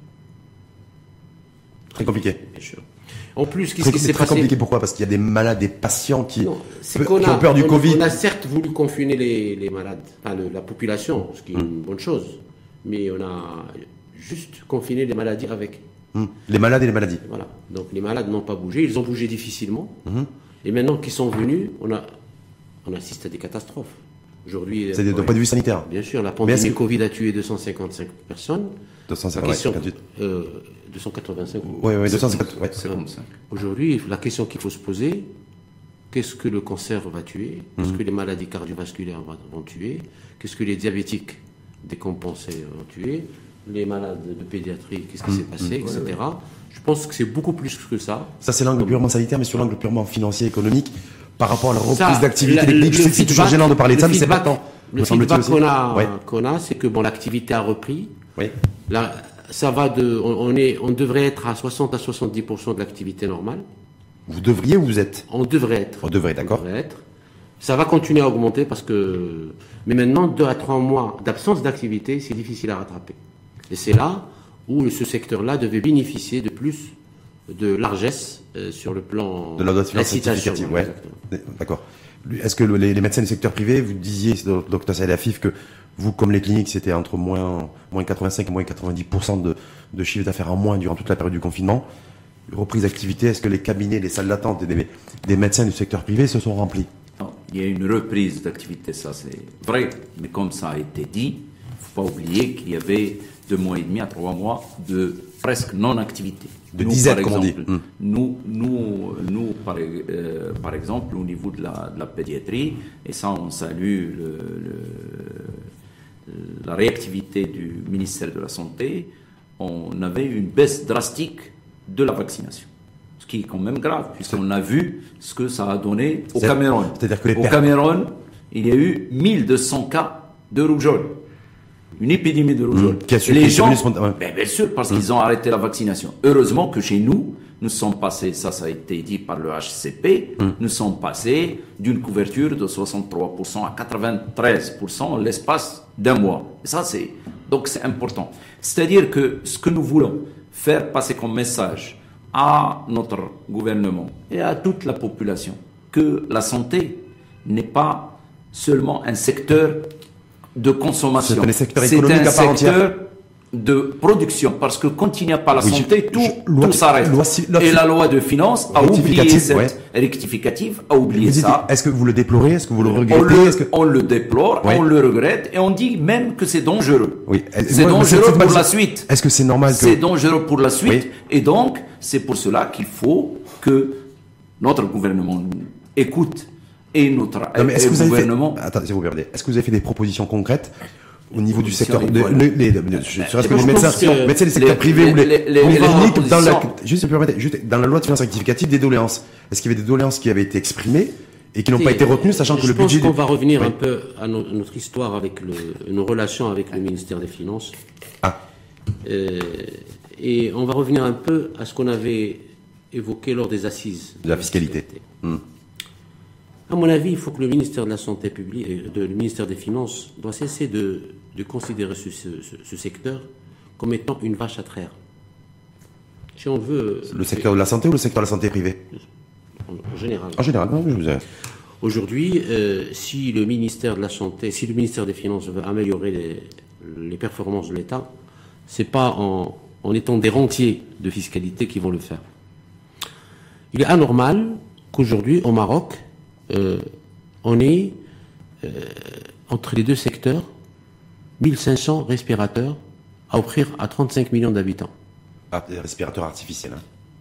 Très compliqué. Bien sûr. En plus, qu'est-ce très, qui s'est très passé? compliqué, pourquoi? Parce qu'il y a des malades, des patients qui, non, peu, qui a, ont peur du on, Covid. On a certes voulu confiner les, les malades, enfin le, la population, ce qui est mmh. une bonne chose, mais on a juste confiné les maladies avec. Mmh. Les malades et les maladies. Voilà. Donc les malades n'ont pas bougé, ils ont bougé difficilement. Mmh. Et maintenant qu'ils sont venus, on, a, on assiste à des catastrophes. Aujourd'hui, c'est d'un point de vue sanitaire. Bien sûr, la pandémie que... Covid a tué deux cent cinquante-cinq personnes. deux cent cinquante-cinq, question, euh, deux cent quatre-vingt-cinq. Oui, oui, deux cent cinquante, ouais. Aujourd'hui, la question qu'il faut se poser, qu'est-ce que le cancer va tuer? Qu'est-ce mm-hmm. que les maladies cardiovasculaires vont tuer? Qu'est-ce que les diabétiques décompensés vont tuer? Les malades de pédiatrie, qu'est-ce qui mm-hmm. s'est passé, et cetera. Ouais, ouais. Je pense que c'est beaucoup plus que ça. Ça, c'est l'angle purement sanitaire, mais sur l'angle purement financier, économique, par rapport à la reprise ça, d'activité technique, je sais que c'est toujours gênant de parler de ça, mais c'est pas tant. Le feedback qu'on a, ouais. qu'on a, c'est que bon, l'activité a repris. Oui. Là, ça va de, on, on est, on devrait être à soixante à soixante-dix pour cent de l'activité normale. Vous devriez ou vous êtes? On devrait être. On devrait, d'accord. On devrait être. Ça va continuer à augmenter parce que, mais maintenant, deux à trois mois d'absence d'activité, c'est difficile à rattraper. Et c'est là où ce secteur-là devait bénéficier de plus de largesse euh, sur le plan de la loi de finances rectificative. Ouais. D'accord. Est-ce que les, les médecins du secteur privé, vous disiez, docteur Saïd Afif, que vous, comme les cliniques, c'était entre moins, moins quatre-vingt-cinq et moins quatre-vingt-dix pour cent de, de chiffre d'affaires en moins durant toute la période du confinement. Reprise d'activité, est-ce que les cabinets, les salles d'attente des, des médecins du secteur privé se sont remplis? Non, il y a une reprise d'activité, ça c'est vrai. Mais comme ça a été dit, il ne faut pas oublier qu'il y avait deux mois et demi à trois mois de presque non-activité. De disette, comme on dit. Hum. Nous, nous, nous par, euh, par exemple, au niveau de la, de la pédiatrie, et ça on salue le, le, la réactivité du ministère de la Santé, on avait une baisse drastique de la vaccination. Ce qui est quand même grave, puisqu'on a vu ce que ça a donné au Cameroun. C'est-à-dire que les au Cameroun, il y a eu mille deux cents cas de rougeole. Une épidémie de rougeole. Mmh, qui les gens, sont... ouais. ben, bien sûr, parce mmh. qu'ils ont arrêté la vaccination. Heureusement que chez nous, nous sommes passés, ça, ça a été dit par le H C P, mmh. nous sommes passés d'une couverture de soixante-trois pour cent à quatre-vingt-treize pour cent en l'espace d'un mois. Et ça, c'est, donc c'est important. C'est-à-dire que ce que nous voulons faire passer comme message à notre gouvernement et à toute la population, que la santé n'est pas seulement un secteur de consommation. C'est un secteur économique à part entière. C'est un secteur de production, parce que quand il n'y a pas la Oui, santé, je- tout, je- loi- tout s'arrête. loi- si- loi- Et la loi de finances a oublié Rectificative, cette ouais. rectificative, a oublié Vous dites, ça. est-ce que vous le déplorez? Est-ce que vous le On regrettez? le, Est-ce que... on le déplore, Ouais. on le regrette, et on dit même que c'est dangereux. Oui. C'est Moi, dangereux cette- cette- pour la suite. Est-ce que c'est normal que... C'est dangereux pour la suite. Oui. Et donc, c'est pour cela qu'il faut que notre gouvernement écoute et notre Non, mais est-ce et que vous avez gouvernement. fait... Attendez, si vous permettez. Est-ce que vous avez fait des propositions concrètes au niveau du secteur Propositions, de, voilà. les, les, les- je- serait-ce que je les pense médecins, que médecins des secteurs les- privés les- ou les, les- les- ou les les cliniques, dans la, propositions. juste, si vous permettez, juste, dans la loi de finances rectificative des doléances, est-ce qu'il y avait des doléances qui avaient été exprimées et qui n'ont pas été retenues, sachant que je le pense budget... qu'on va revenir Oui. un peu à no- notre histoire avec le, nos relations avec le ministère des Finances. Ah, Euh, et on va revenir un peu à ce qu'on avait évoqué lors des assises de la fiscalité. Hmm. À mon avis, il faut que le ministère de la Santé publique, euh, de- le ministère des Finances, doit cesser de, de considérer ce, ce- ce- ce secteur comme étant une vache à traire. Si on veut, Le secteur de la santé ou le secteur de la santé privée? en, en général. En général, non, je vous ai... Aujourd'hui, euh, si le ministère de la Santé, si le ministère des Finances veut améliorer les, les performances de l'État, c'est pas en, en étant des rentiers de fiscalité qu'ils vont le faire. Il est anormal qu'aujourd'hui, au Maroc, euh, on ait euh, entre les deux secteurs mille cinq cents respirateurs à offrir à trente-cinq millions d'habitants. Ah, des respirateurs artificiels.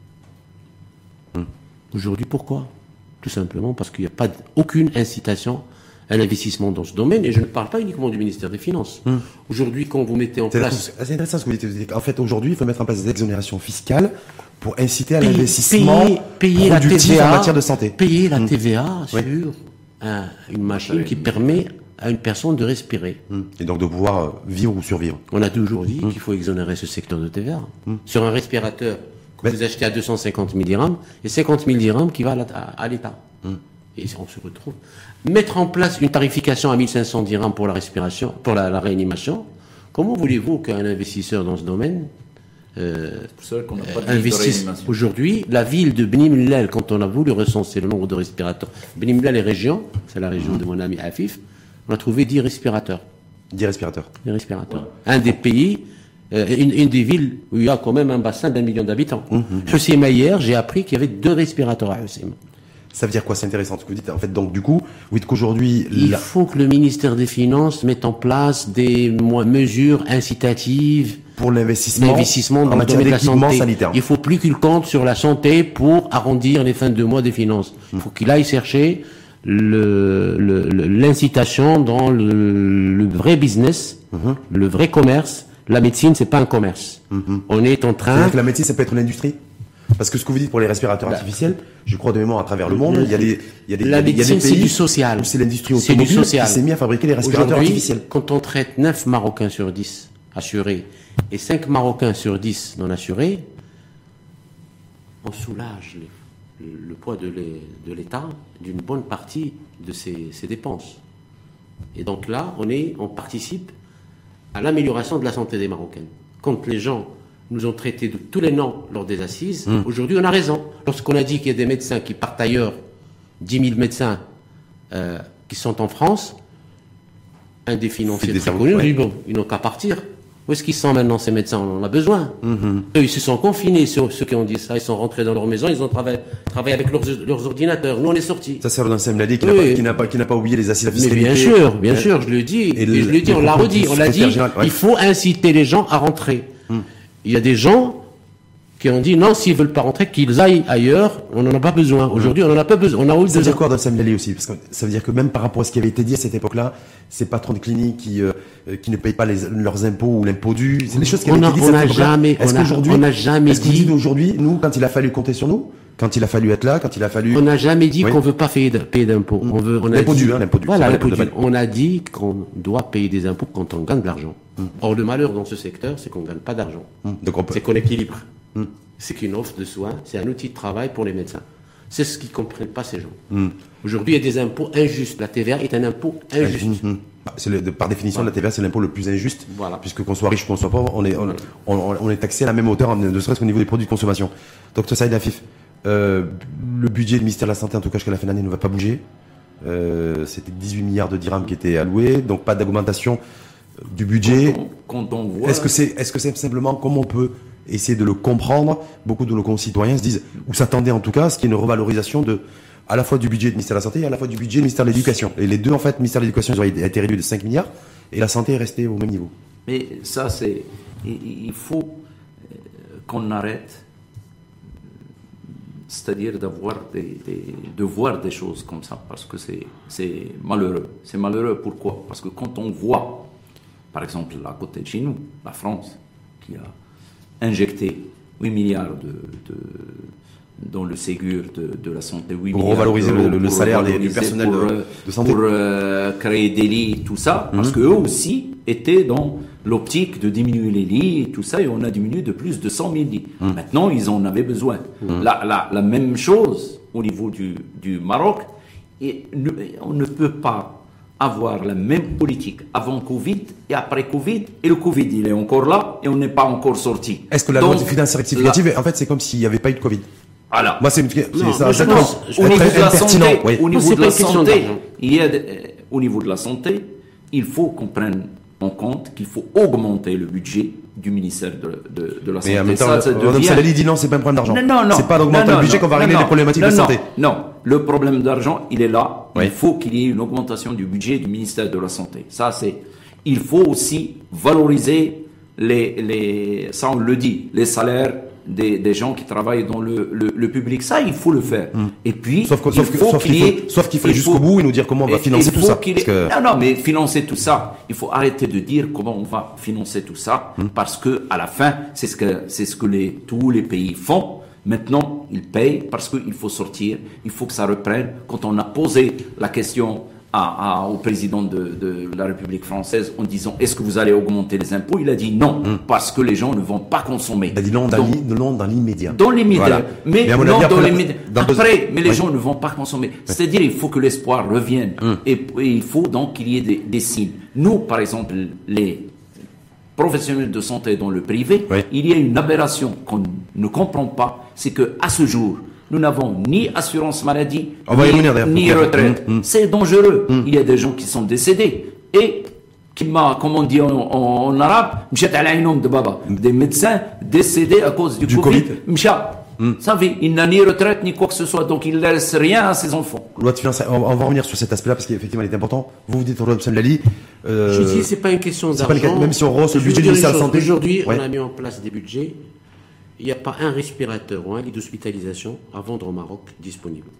Hein. Aujourd'hui, pourquoi? Tout simplement parce qu'il n'y a pas d- aucune incitation à l'investissement dans ce domaine, et je ne parle pas uniquement du ministère des Finances. Aujourd'hui, quand vous mettez en C'est place... c'est intéressant ce que vous dites. Vous dites. En fait, aujourd'hui, il faut mettre en place des exonérations fiscales pour inciter à Payer- l'investissement payer, payer la productif T V A, en matière de santé. Payer la T V A Oui. sur un- une machine qui permet à une personne de respirer. Hmm. Et donc de pouvoir euh, vivre ou survivre. On a toujours dit qu'il faut exonérer ce secteur de T V A. Sur un respirateur que Mais- vous achetez à deux cent cinquante mille dirhams, et cinquante mille dirhams qui va à la- à à l'État. Et on se retrouve. Mettre en place une tarification à mille cinq cents dirhams pour la respiration, pour la, la réanimation, comment voulez-vous qu'un investisseur dans ce domaine euh, C'est pour cela qu'on n'a pas de investisse réanimation. aujourd'hui? La ville de Beni Mellal, quand on a voulu recenser le nombre de respirateurs, Beni Mellal est région, c'est la région de mon ami Afif, on a trouvé dix respirateurs. dix respirateurs. Des respirateurs. Un des pays, euh, une, une des villes où il y a quand même un bassin d'un million d'habitants. Hussein, hier, j'ai appris qu'il y avait deux respirateurs à Hussein. Ça veut dire quoi? C'est intéressant ce que vous dites. En fait, donc du coup, vous dites qu'aujourd'hui, Il la- faut que le ministère des Finances mette en place des mo- mesures incitatives pour l'investissement d'investissement en dans le matière domaine de la d'équipement santé. sanitaire. Il faut plus qu'il compte sur la santé pour arrondir les fins de mois des finances. Il faut qu'il aille chercher le- le- le- l'incitation dans le, le vrai business, le vrai commerce. La médecine, c'est pas un commerce. On est en train... C'est-à-dire que la médecine, ça peut être une industrie? Parce que ce que vous dites pour les respirateurs artificiels, je crois de mémoire à travers le monde, il y a des, il y a des, La il y a des médecine, c'est pays du social. où c'est l'industrie C'est du automobile social. qui s'est mis à fabriquer les respirateurs Aujourd'hui, artificiels. quand on traite neuf Marocains sur dix assurés et cinq Marocains sur dix non assurés, on soulage les- le, le poids de l'É- de l'État d'une bonne partie de ses, ses dépenses. Et donc là, on, est, on participe à l'amélioration de la santé des Marocains. Quand les gens nous ont traités de tous les noms lors des assises, aujourd'hui on a raison. Lorsqu'on a dit qu'il y a des médecins qui partent ailleurs, dix mille médecins euh, qui sont en France, un des financiers des très cerveaux, connus nous ouais. dit, bon, ils n'ont qu'à partir. Où est-ce qu'ils sont maintenant ces médecins? On en a besoin. Eux, ils se sont confinés, ceux, ceux qui ont dit ça, ils sont rentrés dans leur maison, ils ont travaillé, travaillé avec leurs, leurs ordinateurs. Nous, on est sortis. Ça, c'est Roland Semladi qui n'a Oui. pas, qui n'a pas, qui n'a pas oublié les assises de la Mais fiscalité. bien sûr, bien Ouais. sûr, je le dis. Et Et, le- je le dis, le on l'a propos redit, du on l'a dit. secrétaire général, ouais. Il faut inciter les gens à rentrer. Il y a des gens qui ont dit non, s'ils veulent pas rentrer, qu'ils aillent ailleurs. On n'en a pas besoin. Aujourd'hui, on n'en a pas besoin. On a eu Ça veut besoin. dire quoi, Roland Semladi aussi? Parce que ça veut dire que même par rapport à ce qui avait été dit à cette époque-là, ces patrons de cliniques qui, euh, euh, qui ne payent pas les- leurs impôts ou l'impôt dû, c'est des choses qui On avaient a- été dites on à cette a époque-là. jamais- Est-ce on a- qu'aujourd'hui, on a jamais est-ce que vous dit- dites aujourd'hui, nous, quand il a fallu compter sur nous, quand il a fallu être là, quand il a fallu... On n'a jamais dit Oui. qu'on veut pas payer de- payer d'impôts. On veut, on a L'impôt dit- dû, hein, l'impôt dû. Voilà, C'est pas l'impôt l'impôt dû. de On a dit qu'on doit payer des impôts quand on gagne de l'argent. Or, le malheur dans ce secteur, c'est qu'on gagne pas d'argent. Donc on peut... C'est qu'on équilibre. C'est qu'une offre de soins, c'est un outil de travail pour les médecins. C'est ce qu'ils ne comprennent pas, ces gens. Aujourd'hui, il y a des impôts injustes. La T V A est un impôt injuste. Mhm. Bah, c'est le- de- par définition, la T V A, c'est l'impôt le plus injuste. Voilà. Puisque qu'on soit riche ou qu'on soit pauvre, on est, on, on- on est taxé à la même hauteur, ne serait-ce qu'au niveau des produits de consommation. Docteur Saïd Afif, euh, le budget du ministère de la Santé, en tout cas jusqu'à la fin de l'année, ne va pas bouger. Euh, c'était dix-huit milliards de dirhams qui étaient alloués, donc pas d'augmentation du budget. Quand on, quand on voit... Est-ce que c'est, est-ce que c'est simplement comment on peut essayer de le comprendre? Beaucoup de nos concitoyens se disent, ou s'attendaient en tout cas, à ce qu'il y ait une revalorisation de, à la fois du budget du ministère de la Santé et à la fois du budget du ministère de l'Éducation. Et les deux, en fait, le ministère de l'Éducation, ils ont été réduits de cinq milliards et la santé est restée au même niveau. Mais ça, c'est... Il faut qu'on arrête, c'est-à-dire d'avoir des, des, de voir des choses comme ça, parce que c'est, c'est malheureux. C'est malheureux, pourquoi? Parce que quand on voit, par exemple, à côté de chez nous, la France, qui a injecté huit milliards de, de, dans le Ségur de, de la santé, huit pour milliards revaloriser le, le, le salaire revaloriser du personnel pour, de, de santé. Pour euh, créer des lits, tout ça, parce Mmh. qu'eux aussi étaient dans l'optique de diminuer les lits et tout ça, et on a diminué de plus de cent mille lits. Mmh. Maintenant, ils en avaient besoin. Mmh. La, la, la même chose au niveau du, du Maroc, et ne, on ne peut pas avoir la même politique avant Covid et après Covid, et le Covid, il est encore là, et on n'est pas encore sorti. Est-ce que la Donc, loi de finances rectificative, en fait, c'est comme s'il n'y avait pas eu de Covid? Voilà. Moi, c'est une, c'est Non, ça, moi, je ça pense- très- je Au très niveau de la impertinent, santé, oui. au niveau C'est de pas la une question santé, d'argent. il y a de- euh, au niveau de la santé, il faut qu'on prenne en compte qu'il faut augmenter le budget du ministère de, de, de la santé. Mais en même temps, Ça, ça Madame devient- Salali dit non, c'est pas un problème d'argent. Non, non, non. C'est pas d'augmenter Non, le budget non, qu'on va non, régler non, les problématiques non, de non, santé. Non, le problème d'argent, il est là. Oui. Il faut qu'il y ait une augmentation du budget du ministère de la Santé. Ça, c'est. Il faut aussi valoriser les, les, ça on le dit, les salaires des, des gens qui travaillent dans le, le, le public. Ça, il faut le faire. Hum. Et puis, Sauf que- il sauf que- faut sauf qu'il qu'il y faut- ait- sauf qu'il faut aller il jusqu'au faut- bout et nous dire comment on va et- financer il tout faut ça, qu'il ait- parce que- Non, non, mais financer tout ça, il faut arrêter de dire comment on va financer tout ça, Hum. parce que à la fin, c'est ce que c'est ce que les, tous les pays font. Maintenant, ils payent parce qu'il faut sortir, il faut que ça reprenne. Quand on a posé la question à, à, au président de, de la République française en disant est-ce que vous allez augmenter les impôts, il a dit non, parce que les gens ne vont pas consommer. Il a dit non dans, Donc, l'i- non dans l'immédiat. dans les médias, Voilà. mais, Mais à mon non avis, après dans la- les médias. dans deux- Après, mais les Oui. gens ne vont pas consommer. C'est-à-dire, il faut que l'espoir revienne. Et, et il faut donc qu'il y ait des, des signes. Nous, par exemple, les professionnels de santé dans le privé, Oui. il y a une aberration qu'on ne comprend pas, c'est que à ce jour, nous n'avons ni assurance maladie, On va y ni, revenir d'ailleurs. ni Ok. retraite. Mm, mm. C'est dangereux. Il y a des gens qui sont décédés. Et qui m'a, comme on dit en, en, en arabe, مشات على عينهم de baba. Des médecins décédés à cause du, Du Covid. Covid. Mcha. Ça fait, il n'a ni retraite ni quoi que ce soit, donc il ne laisse rien à ses enfants. Loi de finances, on on va revenir sur cet aspect-là parce qu'effectivement il est important. Vous vous dites, Madame Salali, euh, Je dis, c'est pas une question c'est pas d'argent. une- même si on rehausse le Je vais budget vous du dire ministère de la une chose. Santé. Aujourd'hui, Ouais. on a mis en place des budgets. Il n'y a pas un respirateur ou un lit d'hospitalisation à vendre au Maroc disponible.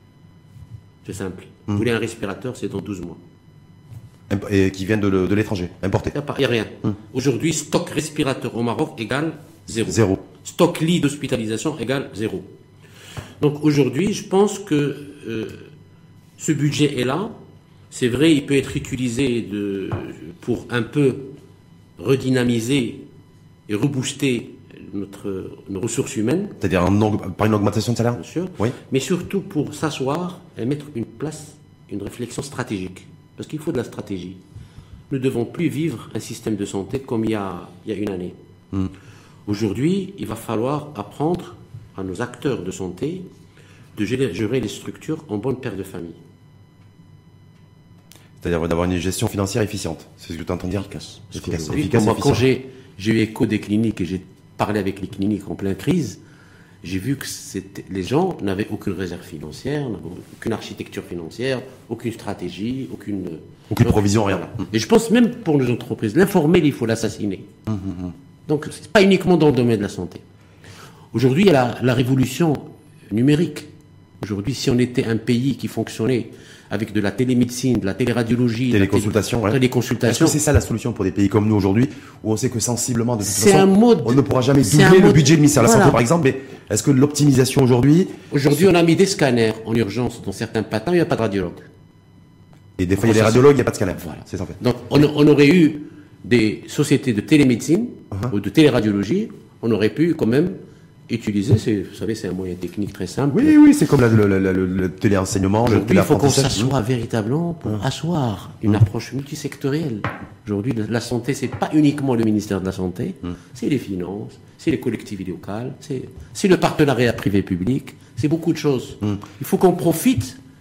C'est simple. Hmm. Vous voulez un respirateur, c'est dans douze mois. imp- et qui viennent de, le- de l'étranger, importés. Il n'y a, rien. Aujourd'hui, stock respirateur au Maroc égale zéro. Hmm. Zéro. Stock lit d'hospitalisation égale zéro. Donc aujourd'hui, je pense que euh, ce budget est là. C'est vrai, il peut être utilisé de, pour un peu redynamiser et rebooster notre, nos ressources humaines, C'est-à-dire en aug- par une augmentation de salaire. bien sûr, Oui. mais surtout pour s'asseoir et mettre une place, une réflexion stratégique. Parce qu'il faut de la stratégie. Nous ne devons plus vivre un système de santé comme il y a, il y a une année. Aujourd'hui, il va falloir apprendre à nos acteurs de santé de gérer, gérer les structures en bonne paire de famille. C'est-à-dire d'avoir une gestion financière efficiente. C'est ce que tu entends dire. Efficace. Parce Efficace, qu'aujourd'hui, efficace, moi, quand efficient. j'ai, j'ai eu écho des cliniques et j'ai parlé avec les cliniques en pleine crise, j'ai vu que c'était, les gens n'avaient aucune réserve financière, n'avaient aucune architecture financière, aucune stratégie, aucune... Aucune provision, rien. Voilà. Et je pense même pour nos entreprises, l'informel, il faut l'assassiner. Donc, c'est pas uniquement dans le domaine de la santé. Aujourd'hui, il y a la, la révolution numérique. Aujourd'hui, si on était un pays qui fonctionnait avec de la télémédecine, de la téléradiologie, de la Téléconsultation, télé- ouais. Est-ce téléconsultation, que c'est ça la solution pour des pays comme nous aujourd'hui, où on sait que sensiblement, de toute C'est façon, un mode- on ne pourra jamais c'est un doubler le mode- budget du ministère de la Voilà. Santé, par exemple, mais est-ce que l'optimisation aujourd'hui, aujourd'hui, on a mis des scanners en urgence dans certains patents, il n'y a pas de radiologue. et des fois il y a des Ça, radiologues, il n'y a pas de scanner. Voilà. C'est ça en fait. Donc, on, on aurait eu des sociétés de télémédecine Uh-huh. ou de téléradiologie, on aurait pu quand même utiliser, c'est, vous savez, c'est un moyen technique très simple. Oui, oui, c'est comme la- le, le, le, le- le téléenseignement, le Aujourd'hui, il faut qu'on téléapprentissage. s'assoie véritablement pour asseoir une approche multisectorielle. Aujourd'hui, la- la santé, c'est pas uniquement le ministère de la Santé, c'est les finances, c'est les collectivités locales, c'est, c'est le partenariat privé-public, c'est beaucoup de choses. Il faut qu'on profite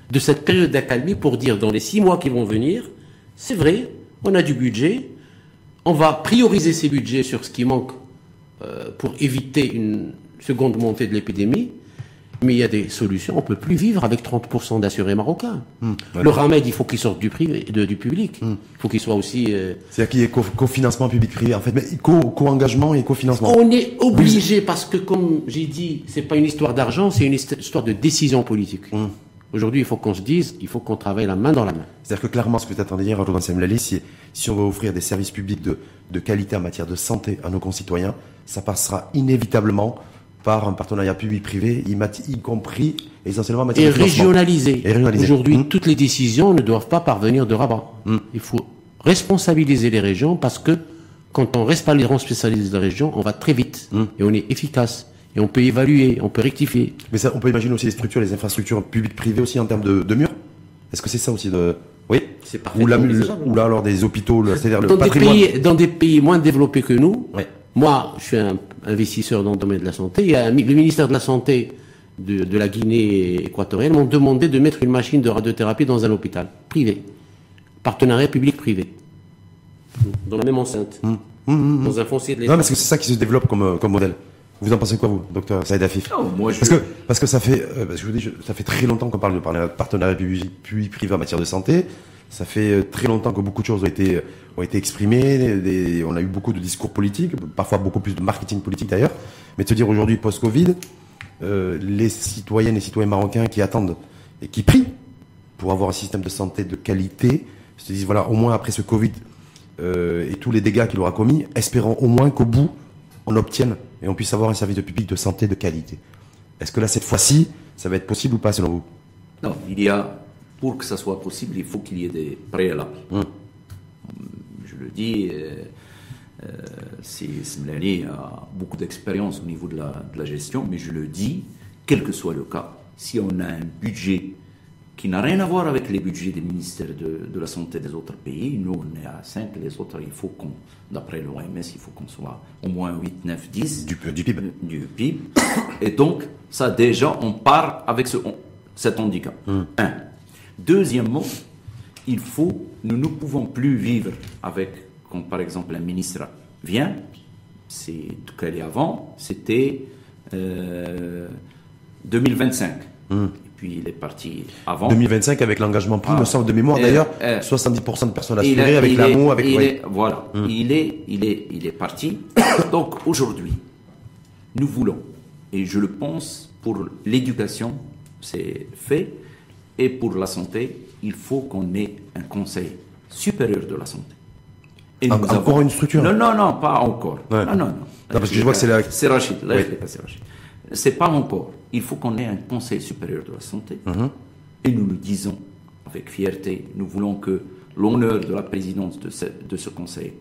de cette période d'accalmie pour dire dans les six mois qui vont venir, c'est vrai, on a du budget, on va prioriser ces budgets sur ce qui manque euh, pour éviter une seconde montée de l'épidémie, mais il y a des solutions. On ne peut plus vivre avec trente pour cent d'assurés marocains. Mmh, le remède, il faut qu'il sorte du, privé, de, du public. Mmh. Il faut qu'il soit aussi... Euh... C'est-à-dire qu'il y ait co- cofinancement public-privé, en fait, mais co- co-engagement et cofinancement. On est obligé, parce que comme j'ai dit, c'est pas une histoire d'argent, c'est une histoire de décision politique. Mmh. Aujourd'hui, il faut qu'on se dise, il faut qu'on travaille la main dans la main. C'est-à-dire que clairement, ce que tu attendais dire, Jordan Semlali, si, si on veut offrir des services publics de, de qualité en matière de santé à nos concitoyens, ça passera inévitablement par un partenariat public-privé, y, y compris essentiellement en matière et de financement. Régionalisé. Et régionalisé. Aujourd'hui, mmh. toutes les décisions ne doivent pas parvenir de Rabat. Mmh. Il faut responsabiliser les régions parce que quand on responsabilise les régions, on va très vite mmh. et on est efficace. Et on peut évaluer, on peut rectifier. Mais ça, on peut imaginer aussi les structures, les infrastructures publiques-privées aussi en termes de, de murs. Est-ce que c'est ça aussi de... Oui. C'est ou, la, le, ou là alors des hôpitaux, le, c'est-à-dire dans le patrimoine. Des pays, dans des pays moins développés que nous, ouais. Moi, je suis un investisseur dans le domaine de la santé. Il y a le ministère de la Santé de, de la Guinée équatorienne m'ont demandé de mettre une machine de radiothérapie dans un hôpital privé. Partenariat public-privé. Dans la même enceinte. Mmh. Mmh, mmh. Dans un foncier de l'État. Non, parce que c'est ça qui se développe comme, comme modèle. Vous en pensez quoi, vous, docteur Saïd Afif? Non, moi, je... Parce que, parce que ça fait, euh, parce que je vous dis, je, ça fait très longtemps qu'on parle de partenariat public-privé en matière de santé. Ça fait très longtemps que beaucoup de choses ont été, ont été exprimées. Des, on a eu beaucoup de discours politiques, parfois beaucoup plus de marketing politique d'ailleurs. Mais te dire aujourd'hui, post-Covid, euh, les citoyennes et citoyens marocains qui attendent et qui prient pour avoir un système de santé de qualité, se disent voilà, au moins après ce Covid euh, et tous les dégâts qu'il aura commis, espérons au moins qu'au bout, on obtienne et on puisse avoir un service de public de santé de qualité. Est-ce que là, cette fois-ci, ça va être possible ou pas selon vous? Non, il y a... Pour que ça soit possible, il faut qu'il y ait des préalables. Mmh. Je le dis, euh, euh, Semlali a beaucoup d'expérience au niveau de la, de la gestion, mais je le dis, quel que soit le cas, si on a un budget qui n'a rien à voir avec les budgets des ministères de, de la santé des autres pays, nous on est à cinq, les autres, il faut qu'on, d'après l'O M S, il faut qu'on soit au moins huit, neuf, dix. Du, du P I B. Du P I B. Et donc, ça déjà, on part avec ce, on, cet handicap. Mmh. Un. Deuxièmement, il faut, nous ne pouvons plus vivre avec, quand par exemple un ministre vient, c'est tout qu'elle est avant, c'était euh, deux mille vingt-cinq. Mmh. Et puis il est parti avant. deux mille vingt-cinq avec l'engagement pris, ah, me semble de mémoire euh, d'ailleurs, euh, soixante-dix pour cent de personnes assurées avec l'amour, avec... Il est, voilà, mmh. il, est, il, est, il est parti. Donc aujourd'hui, nous voulons, et je le pense pour l'éducation, c'est fait, et pour la santé, il faut qu'on ait un conseil supérieur de la santé. Et nous encore avons... une structure? Non, non, non, pas encore. Ouais. Non, non, non. non parce que je vois que c'est la... C'est Rachid. Là, oui. C'est Rachid. C'est pas encore. Il faut qu'on ait un conseil supérieur de la santé. Mm-hmm. Et nous le disons avec fierté. Nous voulons que l'honneur de la présidence de ce, de ce conseil,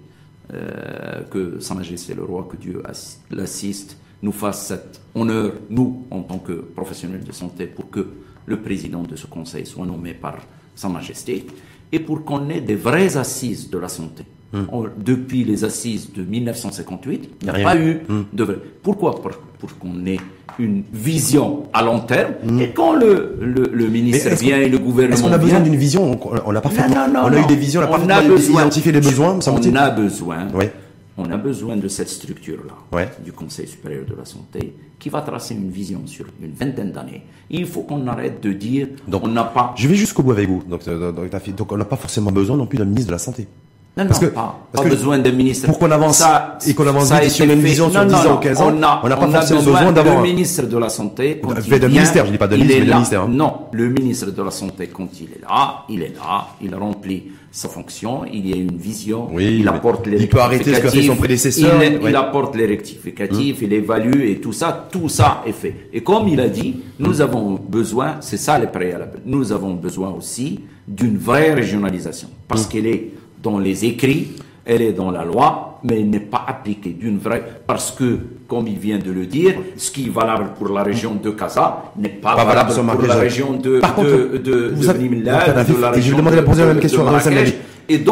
euh, que Sa Majesté le Roi, que Dieu l'assiste, nous fasse cet honneur, nous, en tant que professionnels de santé, pour que le président de ce conseil soit nommé par Sa Majesté, et pour qu'on ait des vraies assises de la santé. Hum. On, depuis les assises de mille neuf cent cinquante-huit, il n'y a rien. Pas eu hum. de vrai. Pourquoi? Pour, pour qu'on ait une vision à long terme, hum. et quand le, le, le ministère vient et le gouvernement Est-ce qu'on a vient, besoin d'une vision? On n'a pas fait. Non, non, non, on a non. eu des visions, on n'a pas identifié les besoins, ça On a besoin. Oui. On a besoin de cette structure-là, ouais. du Conseil supérieur de la santé, qui va tracer une vision sur une vingtaine d'années. Il faut qu'on arrête de dire donc, on n'a pas... Je vais jusqu'au bout avec vous. Donc, donc on n'a pas forcément besoin non plus d'un ministre de la Santé. Non, parce non, que, pas, parce pas que besoin d'un ministre. Pour qu'on avance ça, et qu'on avance vite sur une vision sur non, dix non, ans ou quinze ans, on n'a pas on forcément a besoin, besoin d'avoir... Le ministre de la Santé, quand de, il vient... ministère, je ne dis pas de ministre, mais de ministère. Hein. Non, le ministre de la Santé, quand il est là, il est là, il remplit sa fonction, il y a une vision, oui, il apporte les il peut arrêter ce qu'a fait son prédécesseur. Il, ouais. il apporte les rectificatifs, mmh. il évalue et tout ça, tout ça est fait. Et comme il a dit, nous mmh. avons besoin, c'est ça les préalables, nous avons besoin aussi d'une vraie régionalisation, parce mmh. qu'elle est dans les écrits, elle est dans la loi, mais elle n'est pas appliquée d'une vraie... Parce que, comme il vient de le dire, ce qui est valable pour la région de Casa n'est pas, pas valable, valable pour la région de Par de, contre, de, vous de avez... Bnimillah, de la région je vais demander de, la poser la même question de Marrakech. Et donc,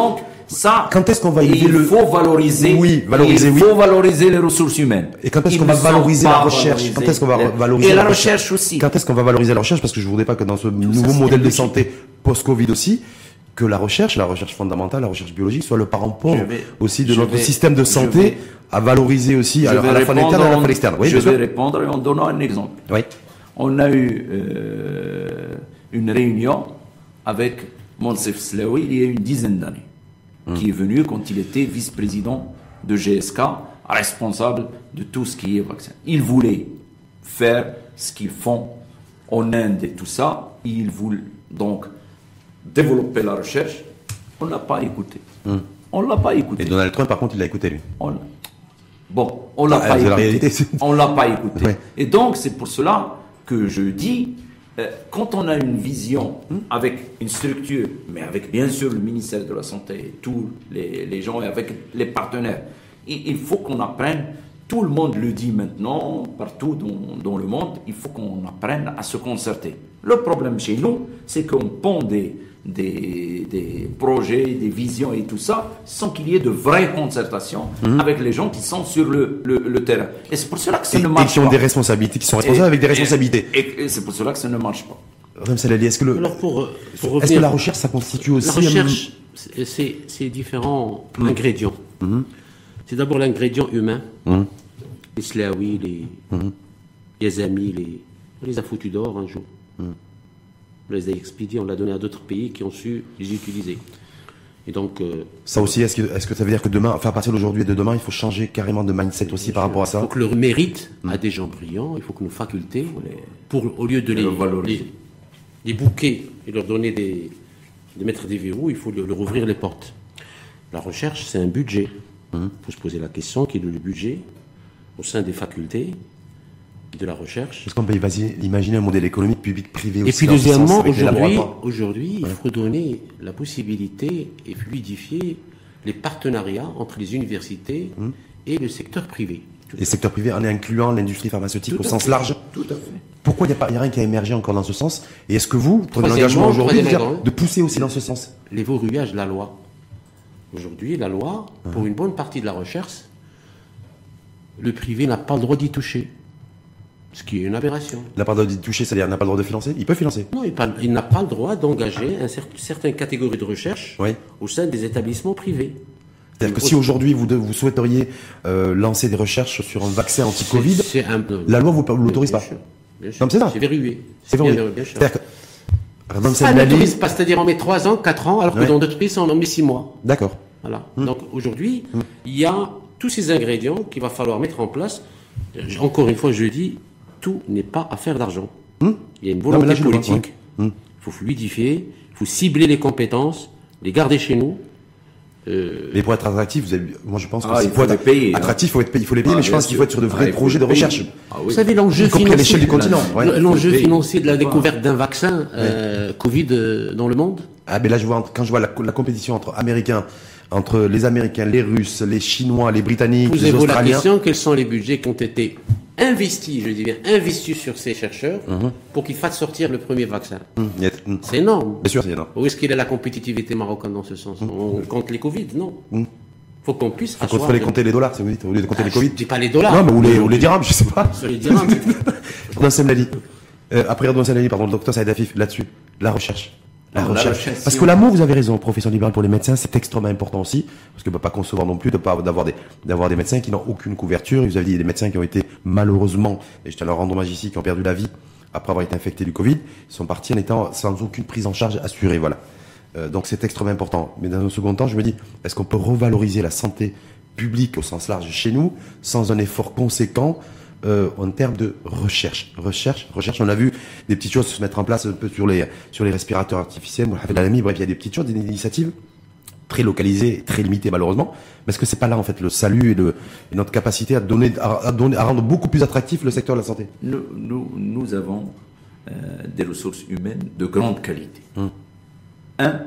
Ça, quand est-ce qu'on va élever il le... faut valoriser, oui, valoriser, il oui. faut valoriser les ressources humaines. Et quand est-ce Ils qu'on va ne sont valoriser pas la recherche? Quand est-ce qu'on va valorisés. valoriser Et la la recherche aussi. Quand est-ce qu'on va valoriser la recherche? Parce que je voudrais pas que dans ce nouveau c'est modèle de logique. santé post-Covid aussi, que la recherche, la recherche fondamentale, la recherche biologique soit le parent pauvre Je vais- aussi de je notre vais- système de je santé vais- à valoriser aussi Je à, vais à la fois répondre l'interne et à la en- fois l'externe. Oui, je bien sûr. vais répondre en donnant un exemple. Oui. On a eu euh, une réunion avec Monsef Slaoui il y a une dizaine d'années, qui est venu quand il était vice-président de G S K, responsable de tout ce qui est vaccin. Il voulait faire ce qu'ils font en Inde et tout ça. Il voulait donc développer la recherche. On ne l'a pas écouté. On ne l'a pas écouté. Et Donald Trump, par contre, il l'a écouté, lui. On l'a- Bon, on l'a Ah, pas c'est écouté. la réalité, c'est- On l'a pas écouté. Ouais. Et donc, c'est pour cela que je dis, euh, quand on a une vision avec une structure, mais avec bien sûr le ministère de la Santé et tous les, les gens et avec les partenaires, il, il faut qu'on apprenne, tout le monde le dit maintenant, partout dans, dans le monde, il faut qu'on apprenne à se concerter. Le problème chez nous, c'est qu'on pond des, des, des projets, des visions et tout ça, sans qu'il y ait de vraies concertations avec les gens qui sont sur le, le, le terrain. Et c'est pour cela que ça Et, ne et marche qui ont pas. des responsabilités, qui sont responsables Et- avec des et- responsabilités. Et, et c'est pour cela que ça ne marche pas. Madame Salali, est-ce que le, Alors pour, euh, pour est-ce revenir, que la recherche, ça constitue aussi la recherche, c'est- c'est c'est différents ingrédients. C'est d'abord l'ingrédient humain. Les Slaoui, les, les amis, les, on les a foutus dehors un jour. On les a expédiés, on l'a donné à d'autres pays qui ont su les utiliser. Et donc, euh, ça aussi, est-ce que, est-ce que ça veut dire que demain, enfin à partir d'aujourd'hui et de demain, il faut changer carrément de mindset aussi par rapport à il ça? faut que le mérite à des gens brillants, il faut que nos facultés, pour, au lieu de les, le valoriser. les, les bouquer et leur donner des, de mettre des verrous, il faut leur leur ouvrir les portes. La recherche, c'est un budget. Il faut se poser la question, quel est le budget au sein des facultés de la recherche. Est-ce qu'on peut imaginer- imaginer un modèle économique public-privé aussi? Et puis dans ce deuxièmement, sens, avec les aujourd'hui, laboratoires aujourd'hui, il faut donner la possibilité et fluidifier les partenariats entre les universités et le secteur privé. Et le secteur privé en incluant l'industrie pharmaceutique Tout au à sens fait. large. Tout à fait. Pourquoi il n'y a, pas- il y a rien qui a émergé encore dans ce sens? Et est-ce que vous prenez Troisièmement, l'engagement aujourd'hui de, troisièmement, dire- de pousser aussi dans ce sens? Les verrouillages de la loi. Aujourd'hui, la loi, pour une bonne partie de la recherche, le privé n'a pas le droit d'y toucher. Ce qui est une aberration. Il n'a pas le droit d'y toucher, c'est-à-dire il n'a pas le droit de financer? Il peut financer. Non, il pas- il n'a pas le droit d'engager un cer- certaines catégories de recherche Oui. au sein des établissements privés. C'est-à-dire que si aujourd'hui vous, de- vous souhaiteriez euh, lancer des recherches sur un vaccin anti-Covid, C'est un- la loi vous vous l'autorise Bien pas. sûr, bien sûr. Non, mais c'est ça. C'est verrouillé. C'est bien vrai. bien sûr. C'est-à-dire que Madame Ça Salali- n'autorise pas, c'est-à-dire on met trois ans, quatre ans, alors que Ouais. dans d'autres pays, ça, on en met six mois. D'accord. Voilà. Donc aujourd'hui, il y a tous ces ingrédients qu'il va falloir mettre en place. Euh, Encore une fois, je dis, tout n'est pas affaire d'argent. Il y a une Non, mais volonté là, je le vois, politique. ouais. Il faut fluidifier, il faut cibler les compétences, les garder chez nous. Euh, Mais pour être attractif, vous avez, moi je pense que Ah, c'est il pour faut être les payer, hein. attractif, il faut, être payé- il faut les payer, Ah, mais je bien pense qu'il sûr. faut être sur de vrais Ah, il faut projets de le payer. recherche. Ah oui. Vous savez, l'enjeu Y compris à l'échelle financier, du continent. Ouais. l'enjeu Faut le financier de la payer. découverte d'un vaccin euh, Covid euh, dans le monde. Ah, mais là, je vois, quand je vois la, la compétition entre Américains, entre les Américains, les Russes, les Chinois, les Britanniques, les Posez-vous la Australiens. question, quels sont les budgets qui ont été investis, je dis bien investis sur ces chercheurs pour qu'ils fassent sortir le premier vaccin. Hum, il y a- hum. C'est énorme. Bien sûr, c'est énorme. Où est-ce qu'il est la compétitivité marocaine dans ce sens On compte les Covid, non. faut qu'on puisse Faut asseoir... les compter les dollars, c'est vous dites, au lieu de compter Ah, les Covid. Je dis pas les dollars. Non, mais ou les, ou les dirhams, je sais pas. Sur les dirhams. Redouane Semlali. Euh, après Redouane Semlali, pardon, le docteur Saïd Afif, là-dessus. La recherche. La Non, la recherche. recherche, Parce si que on- l'amour, vous avez raison, profession libérale pour les médecins, c'est extrêmement important aussi. Parce qu'on ne peut pas concevoir non plus de pas, d'avoir des, d'avoir des médecins qui n'ont aucune couverture. Vous avez dit, il y a des médecins qui ont été, malheureusement, et je tiens à leur rendre hommage ici, qui ont perdu la vie après avoir été infectés du Covid. Ils sont partis en étant sans aucune prise en charge assurée, voilà. Euh, donc c'est extrêmement important. Mais dans un second temps, je me dis, est-ce qu'on peut revaloriser la santé publique au sens large chez nous, sans un effort conséquent euh, en termes de recherche, recherche, recherche. On a vu des petites choses se mettre en place un peu sur les sur les respirateurs artificiels. Bref, il y a des petites choses, des initiatives très localisées, très limitées malheureusement. Mais est-ce que c'est pas là en fait le salut et, le, et notre capacité à donner, à, à donner, à rendre beaucoup plus attractif le secteur de la santé? Nous, nous, nous avons euh, des ressources humaines de grande qualité. Hum. Un,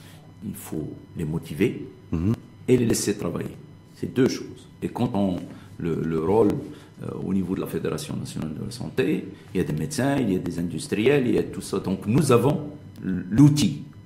il faut les motiver et les laisser travailler. C'est deux choses. Et quand on le, le rôle euh, au niveau de la Fédération nationale de la santé, il y a des médecins, il y a des industriels, il y a tout ça. Donc nous avons l'outil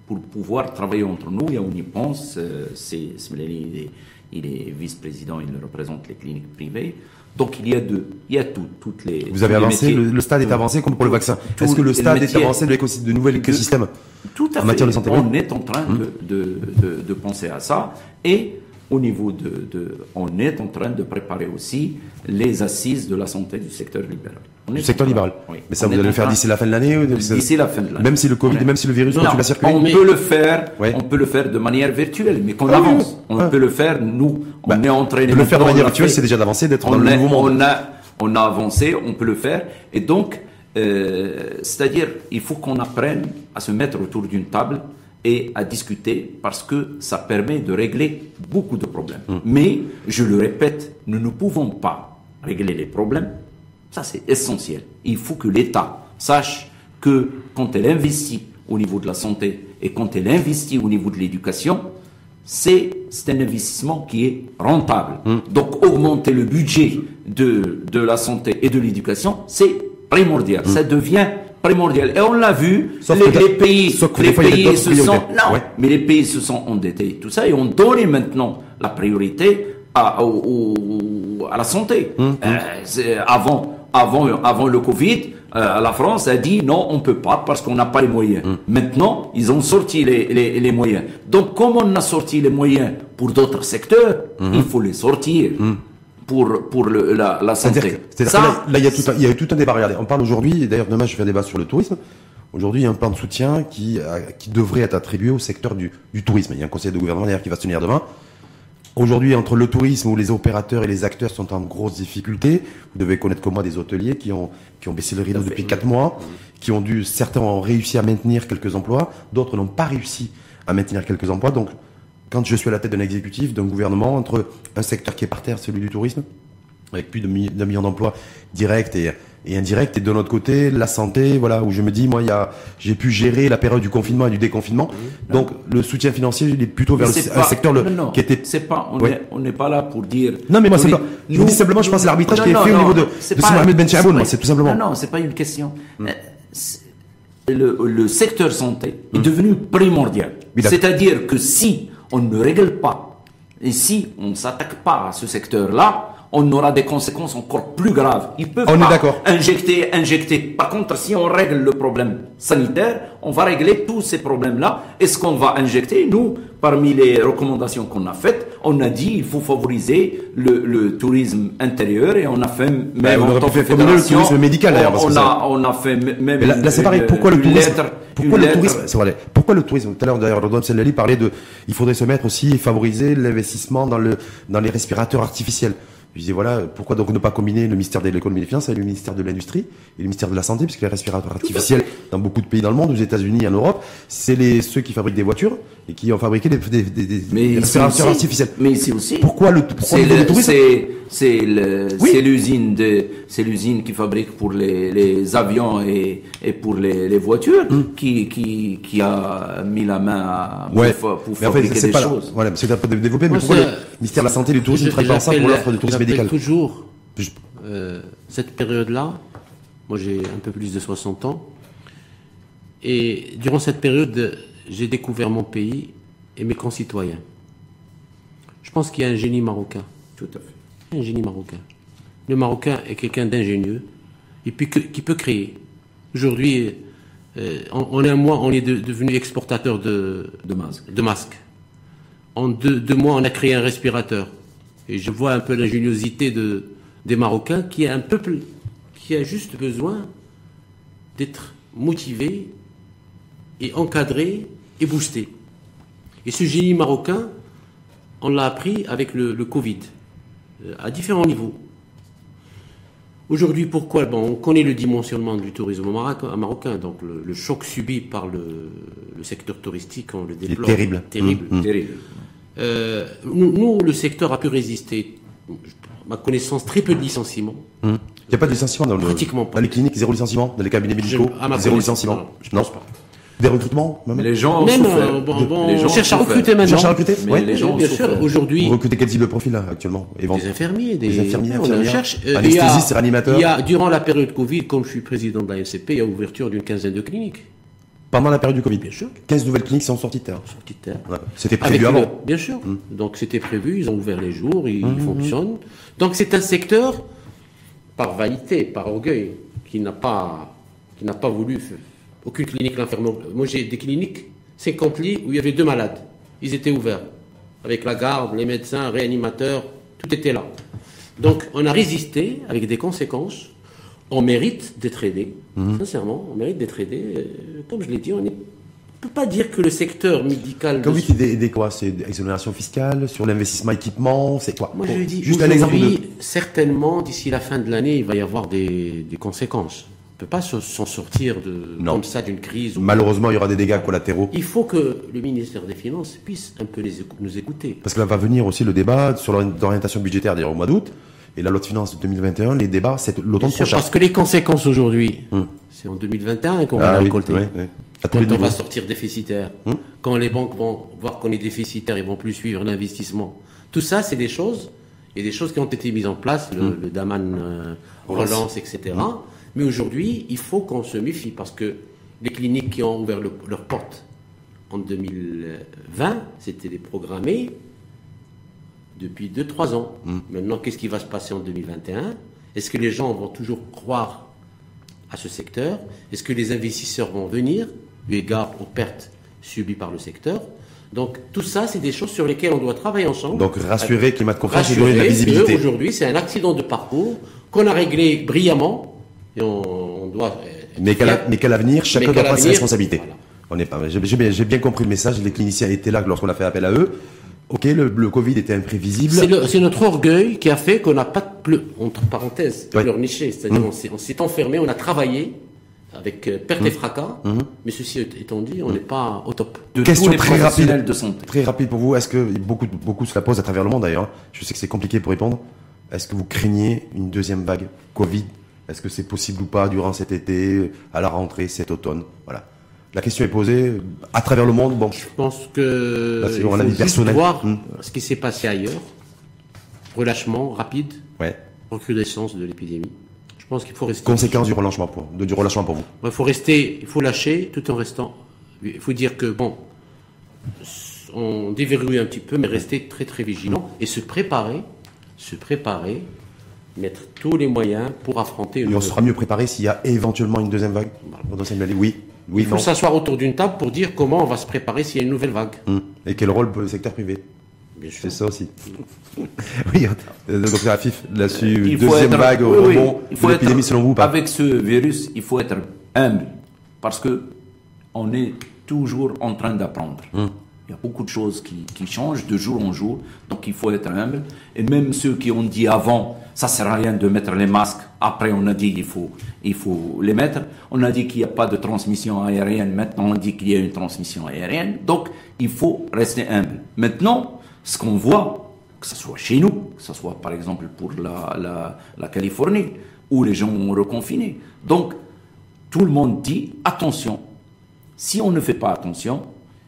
pour pouvoir travailler entre nous et on y pense. Euh, c'est, Smeleni, il est, il est vice-président, il représente les cliniques privées. Donc il y a deux, il y a tout, toutes les. Vous avez avancé, métiers, le, le stade est avancé comme pour le vaccin. Est-ce que le stade est avancé de l'écosystème, de nouvel écosystème tout à en fait. matière de santé? On est en train de, de, de, de penser à ça et au niveau de, de, on est en train de préparer aussi les assises de la santé du secteur libéral. Du secteur libéral. Oui. Mais ça, vous allez le faire d'ici la fin de l'année ou d'ici la fin de l'année. Même si le Covid, est... même si le virus continue à circuler. On mais... peut le faire, ouais. on peut le faire de manière virtuelle, mais qu'on ah, avance. Oui. On ah. peut le faire, nous, on bah, est entraîné. De le faire de manière virtuelle, c'est déjà d'avancer, d'être dans le nouveau monde. On a, on a avancé, on peut le faire. Et donc, euh, c'est-à-dire, il faut qu'on apprenne à se mettre autour d'une table et à discuter parce que ça permet de régler beaucoup de problèmes. Hum. Mais, je le répète, nous ne pouvons pas régler les problèmes. Ça, c'est essentiel. Il faut que l'État sache que quand elle investit au niveau de la santé et quand elle investit au niveau de l'éducation, c'est, c'est un investissement qui est rentable. Hum. Donc, augmenter le budget de, de la santé et de l'éducation, c'est primordial. Hum. Ça devient primordial. Et on l'a vu, sauf les, que les pays, sauf que les fois, pays se sont, non, ouais. mais les pays se sont endettés, tout ça, et ont donné maintenant la priorité à, au, au, à la santé. Hum, euh, c'est, avant, avant, avant le Covid, euh, la France a dit non, on peut pas parce qu'on n'a pas les moyens. Hum. Maintenant, ils ont sorti les, les, les moyens. Donc, comme on a sorti les moyens pour d'autres secteurs, hum. il faut les sortir. Hum. Pour, pour le, la, la santé. C'est-à-dire, c'est-à-dire ça, là, là, il y a tout un, il y a tout un débat. Regardez, on parle aujourd'hui, et d'ailleurs demain je fais un débat sur le tourisme. Aujourd'hui, il y a un plan de soutien qui, qui devrait être attribué au secteur du, du tourisme. Il y a un conseil de gouvernement d'ailleurs qui va se tenir demain. Aujourd'hui, entre le tourisme où les opérateurs et les acteurs sont en grosse difficulté, vous devez connaître comme moi des hôteliers qui ont, qui ont baissé le rideau depuis quatre mois, qui ont dû, certains ont réussi à maintenir quelques emplois, d'autres n'ont pas réussi à maintenir quelques emplois. Donc, quand je suis à la tête d'un exécutif, d'un gouvernement, entre un secteur qui est par terre, celui du tourisme, avec plus de mi- d'un million d'emplois directs et, et indirects, et de l'autre côté, la santé, voilà, où je me dis, moi, il y a, j'ai pu gérer la période du confinement et du déconfinement. Mmh, donc, le soutien financier, il est plutôt vers le, pas, un secteur le, non, non, qui était. C'est pas, on ouais. n'est pas là pour dire. Non, mais moi, c'est dit, pas. Je vous dis simplement, je pense à l'arbitrage non, qui est non, fait non, au niveau de, de pas, Mohamed Ben Chaboun, moi, c'est c'est tout simplement. Non, non, c'est pas une question. Mmh. Le, le secteur santé mmh. est devenu primordial. Oui, c'est-à-dire que si on ne règle pas, et si on ne s'attaque pas à ce secteur-là, on aura des conséquences encore plus graves. Ils peuvent on pas est d'accord. injecter, injecter. Par contre, si on règle le problème sanitaire, on va régler tous ces problèmes-là. Et ce qu'on va injecter, nous, parmi les recommandations qu'on a faites, on a dit il faut favoriser le, le tourisme intérieur et on a fait même bah, en tant que fédération, le tourisme médical d'ailleurs. On, on a, on a fait même. Mais là, là c'est pareil. Pourquoi le tourisme lettre, Pourquoi le lettre. tourisme c'est vrai. Pourquoi le tourisme Tout à l'heure, d'ailleurs, Rodolphe Sellali parlait de. Il faudrait se mettre aussi et favoriser l'investissement dans le dans les respirateurs artificiels. Je disais voilà, pourquoi donc ne pas combiner le ministère de l'économie et des finances avec le ministère de l'industrie et le ministère de la santé, puisque les respirateurs artificiels dans beaucoup de pays dans le monde, aux États-Unis, en Europe, c'est les ceux qui fabriquent des voitures et qui ont fabriqué des, des, des, des, des respirateurs aussi, artificiels. Mais ici aussi. Pourquoi le, pourquoi c'est le, le tourisme c'est c'est le, oui. c'est l'usine de c'est l'usine qui fabrique pour les, les avions et, et pour les, les voitures mm. qui qui qui a mis la main à, ouais. pour, pour mais fabriquer en fait, c'est des pas choses. Là. Voilà, c'est un peu développé. Mais Moi, pourquoi le ministère de la Santé et du Tourisme ne travaille pas ensemble pour l'offre de tourisme médical? Toujours euh, cette période-là. Moi, j'ai un peu plus de soixante ans, et durant cette période, j'ai découvert mon pays et mes concitoyens. Je pense qu'il y a un génie marocain. Tout à fait. Un génie marocain. Le Marocain est quelqu'un d'ingénieux et puis que, qui peut créer. Aujourd'hui, euh, en, en un mois, on est de, devenu exportateur de, de masques. De masques. En deux, deux mois, on a créé un respirateur. Et je vois un peu l'ingéniosité de, des Marocains qui a un peuple qui a juste besoin d'être motivé et encadré et boosté. Et ce génie marocain, on l'a appris avec le, le Covid, à différents niveaux. Aujourd'hui, pourquoi bon, on connaît le dimensionnement du tourisme marocain, donc le, le choc subi par le, le secteur touristique, on le déplore. Il est terrible. Terrible. Mmh, mmh. terrible. Euh, nous, nous, le secteur a pu résister. Ma connaissance, très peu de licenciements. Mmh. Il n'y a pas de licenciement dans, le, Pratiquement pas. dans les cliniques, zéro licenciement, dans les cabinets médicaux, je, zéro licenciement. Non, je pense pas. Des recrutements même. Les gens ont même, souffert. euh, bon, bon, les gens on cherche à souffert. recruter maintenant. On cherche à recruter Mais ouais. les gens bien ont sûr, souffert. aujourd'hui. Vous recrutez quel type de profil là, actuellement? Des infirmiers, des, des infirmiers, on infirmières, cherche. Euh, anesthésistes, réanimateurs. Il y a, durant la période Covid, comme je suis président de la N C P, il y a ouverture d'une quinzaine de cliniques. Pendant la période du Covid. Bien sûr. quinze nouvelles cliniques sont sorties de terre. Sorties de terre. Ouais. C'était prévu avant. Le, bien sûr. Mmh. Donc c'était prévu, ils ont ouvert les jours, ils mmh. fonctionnent. Donc c'est un secteur, par vanité, par orgueil, qui n'a pas, qui n'a pas voulu, aucune clinique l'a fermé. Moi j'ai des cliniques, cinquante lits, où il y avait deux malades. Ils étaient ouverts. Avec la garde, les médecins, réanimateurs, tout était là. Donc on a résisté avec des conséquences. On mérite d'être aidé, mmh. sincèrement, on mérite d'être aidé. Comme je l'ai dit, on ne peut pas dire que le secteur médical... Quand vous dites aider quoi? C'est exonération fiscale, sur l'investissement équipement, c'est quoi? Moi, je lui dis, juste un exemple de... certainement, d'ici la fin de l'année, il va y avoir des, des conséquences. On ne peut pas s'en sortir de, comme ça d'une crise. Malheureusement, il y aura des dégâts collatéraux. Il faut que le ministère des Finances puisse un peu les, nous écouter. Parce que là va venir aussi le débat sur l'orientation budgétaire, d'ailleurs, au mois d'août. Et la loi de finances de deux mille vingt et un, les débats, c'est l'automne prochain. Parce que les conséquences aujourd'hui, hum. c'est en deux mille vingt et un qu'on va ah, récolter. Oui, oui, oui. Quand on va sortir déficitaire, hum. quand les banques vont voir qu'on est déficitaire, ils vont plus suivre l'investissement. Tout ça, c'est des choses, et des choses qui ont été mises en place, le, hum. le Daman euh, relance, et cetera. Hum. Mais aujourd'hui, il faut qu'on se méfie, parce que les cliniques qui ont ouvert le, leurs portes en deux mille vingt, c'était des programmés depuis deux trois ans. Mmh. Maintenant, qu'est-ce qui va se passer en deux mille vingt et un? Est-ce que les gens vont toujours croire à ce secteur? Est-ce que les investisseurs vont venir, eu égard aux pertes subies par le secteur? Donc, tout ça, c'est des choses sur lesquelles on doit travailler ensemble. Donc, rassurer, climat de confiance et donner de la visibilité. Aujourd'hui, c'est un accident de parcours qu'on a réglé brillamment et on, on doit... Mais qu'à, mais qu'à l'avenir, chacun doit prendre ses responsabilités. Voilà. On n'est pas... J'ai, j'ai, bien, j'ai bien compris le message. Les cliniciens étaient là lorsqu'on a fait appel à eux. Ok, le, le Covid était imprévisible. C'est, le, c'est notre orgueil qui a fait qu'on n'a pas de pleu, entre parenthèses, ouais. pleurniché. C'est-à-dire mmh. on, s'est, on s'est enfermé, on a travaillé avec euh, perte mmh. et fracas, mmh. mais ceci étant dit, on n'est mmh. pas au top. De Question très rapide, de santé. Très rapide pour vous. Est-ce que beaucoup, beaucoup se la posent à travers le monde d'ailleurs? Je sais que c'est compliqué pour répondre. Est-ce que vous craignez une deuxième vague Covid? Est-ce que c'est possible ou pas durant cet été, à la rentrée, cet automne? Voilà. La question est posée à travers le monde. Bon, je pense que là, c'est il faut un avis personnel. Voir mmh. ce qui s'est passé ailleurs. Relâchement rapide, ouais. recrudescence de l'épidémie. Je pense qu'il faut rester. Conséquence du relâchement pour, de, du relâchement pour vous. Il faut rester, il faut lâcher tout en restant. Il faut dire que bon, on déverrouille un petit peu, mais rester très très vigilant et se préparer, se préparer. Mettre tous les moyens pour affronter une... Et on sera mieux préparé s'il y a éventuellement une deuxième vague. Voilà. Oui, oui. Il faut non. s'asseoir autour d'une table pour dire comment on va se préparer s'il y a une nouvelle vague. Hum. Et quel rôle peut le secteur privé? Bien sûr. C'est ça aussi. Oui, le docteur Afif, là-dessus, deuxième être... vague au oui, rebond oui. de l'épidémie être... selon vous ou pas? Avec ce virus, il faut être humble parce que on est toujours en train d'apprendre. Hum. Il y a beaucoup de choses qui, qui changent de jour en jour, donc il faut être humble. Et même ceux qui ont dit avant, ça sert à rien de mettre les masques, après on a dit il faut, il faut les mettre. On a dit qu'il n'y a pas de transmission aérienne, maintenant on dit qu'il y a une transmission aérienne. Donc il faut rester humble. Maintenant, ce qu'on voit, que ce soit chez nous, que ce soit par exemple pour la, la, la Californie, où les gens ont reconfiné. Donc tout le monde dit attention, si on ne fait pas attention,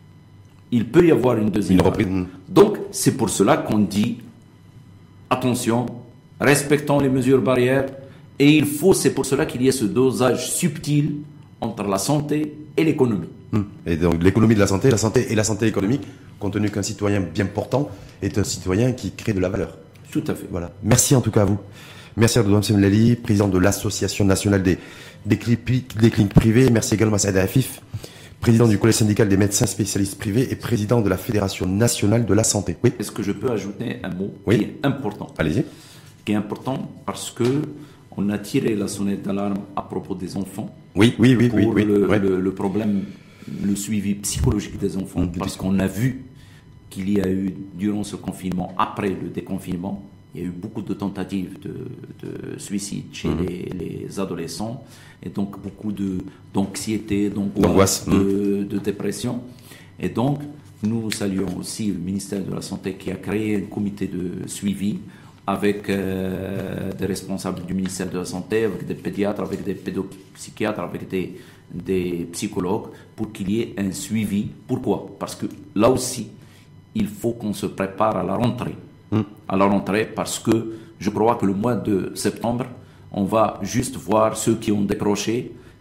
il peut y avoir une deuxième vague. Donc, c'est pour cela qu'on dit attention, respectons les mesures barrières, et il faut, c'est pour cela qu'il y a ce dosage subtil entre la santé et l'économie. Et donc, l'économie de la santé, la santé et la santé économique, compte tenu qu'un citoyen bien portant est un citoyen qui crée de la valeur. Tout à fait. Voilà. Merci en tout cas à vous. Merci à Abdou Semlali, président de l'Association nationale des, des, cliniques, des cliniques privées. Merci également à Saïd Afif, président du Collège syndical des médecins spécialistes privés et président de la Fédération nationale de la santé. Oui. Est-ce que je peux ajouter un mot oui. qui est important? Allez-y. Qui est important parce que on a tiré la sonnette d'alarme à propos des enfants. Oui, oui, oui, pour oui, oui, le, oui. Le, le problème, le suivi psychologique des enfants, mmh, parce qu'on a vu qu'il y a eu durant ce confinement, après le déconfinement, il y a eu beaucoup de tentatives de, de suicide chez mmh. les, les adolescents, et donc beaucoup de, d'anxiété, d'angoisse, de, de dépression. Et donc, nous saluons aussi le ministère de la Santé qui a créé un comité de suivi avec euh, des responsables du ministère de la Santé, avec des pédiatres, avec des pédopsychiatres, avec des, des psychologues, pour qu'il y ait un suivi. Pourquoi? Parce que là aussi, il faut qu'on se prépare à la rentrée. Mmh. À la rentrée, parce que je crois que le mois de septembre, on va juste voir ceux qui ont décroché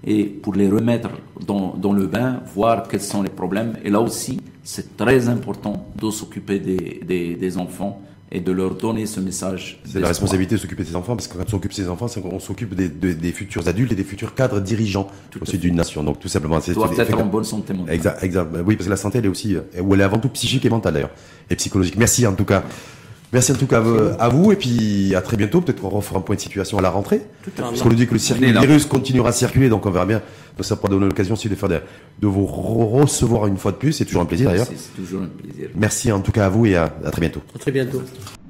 et pour les remettre dans, dans le bain, voir quels sont les problèmes. Et là aussi, c'est très important de s'occuper des, des, des enfants et de leur donner ce message. C'est la responsabilité de s'occuper de ses enfants, parce que quand on s'occupe de ses enfants, c'est qu'on s'occupe des, des, des futurs adultes et des futurs cadres dirigeants aussi d'une nation. Donc tout simplement, c'est doit être en bonne santé mentale. Exact, exact. Oui, parce que la santé, elle est aussi, elle est avant tout psychique et mentale d'ailleurs, et psychologique. Merci en tout cas. Merci en tout cas à vous, et puis à très bientôt. Peut-être qu'on refera un point de situation à la rentrée. Parce qu'on nous dit que le, circuit, le virus continuera à circuler, donc on verra bien. Donc ça pourra donner l'occasion aussi de faire des, de vous recevoir une fois de plus. C'est toujours un plaisir d'ailleurs. C'est toujours un plaisir. Merci en tout cas à vous et à, à très bientôt. À très bientôt.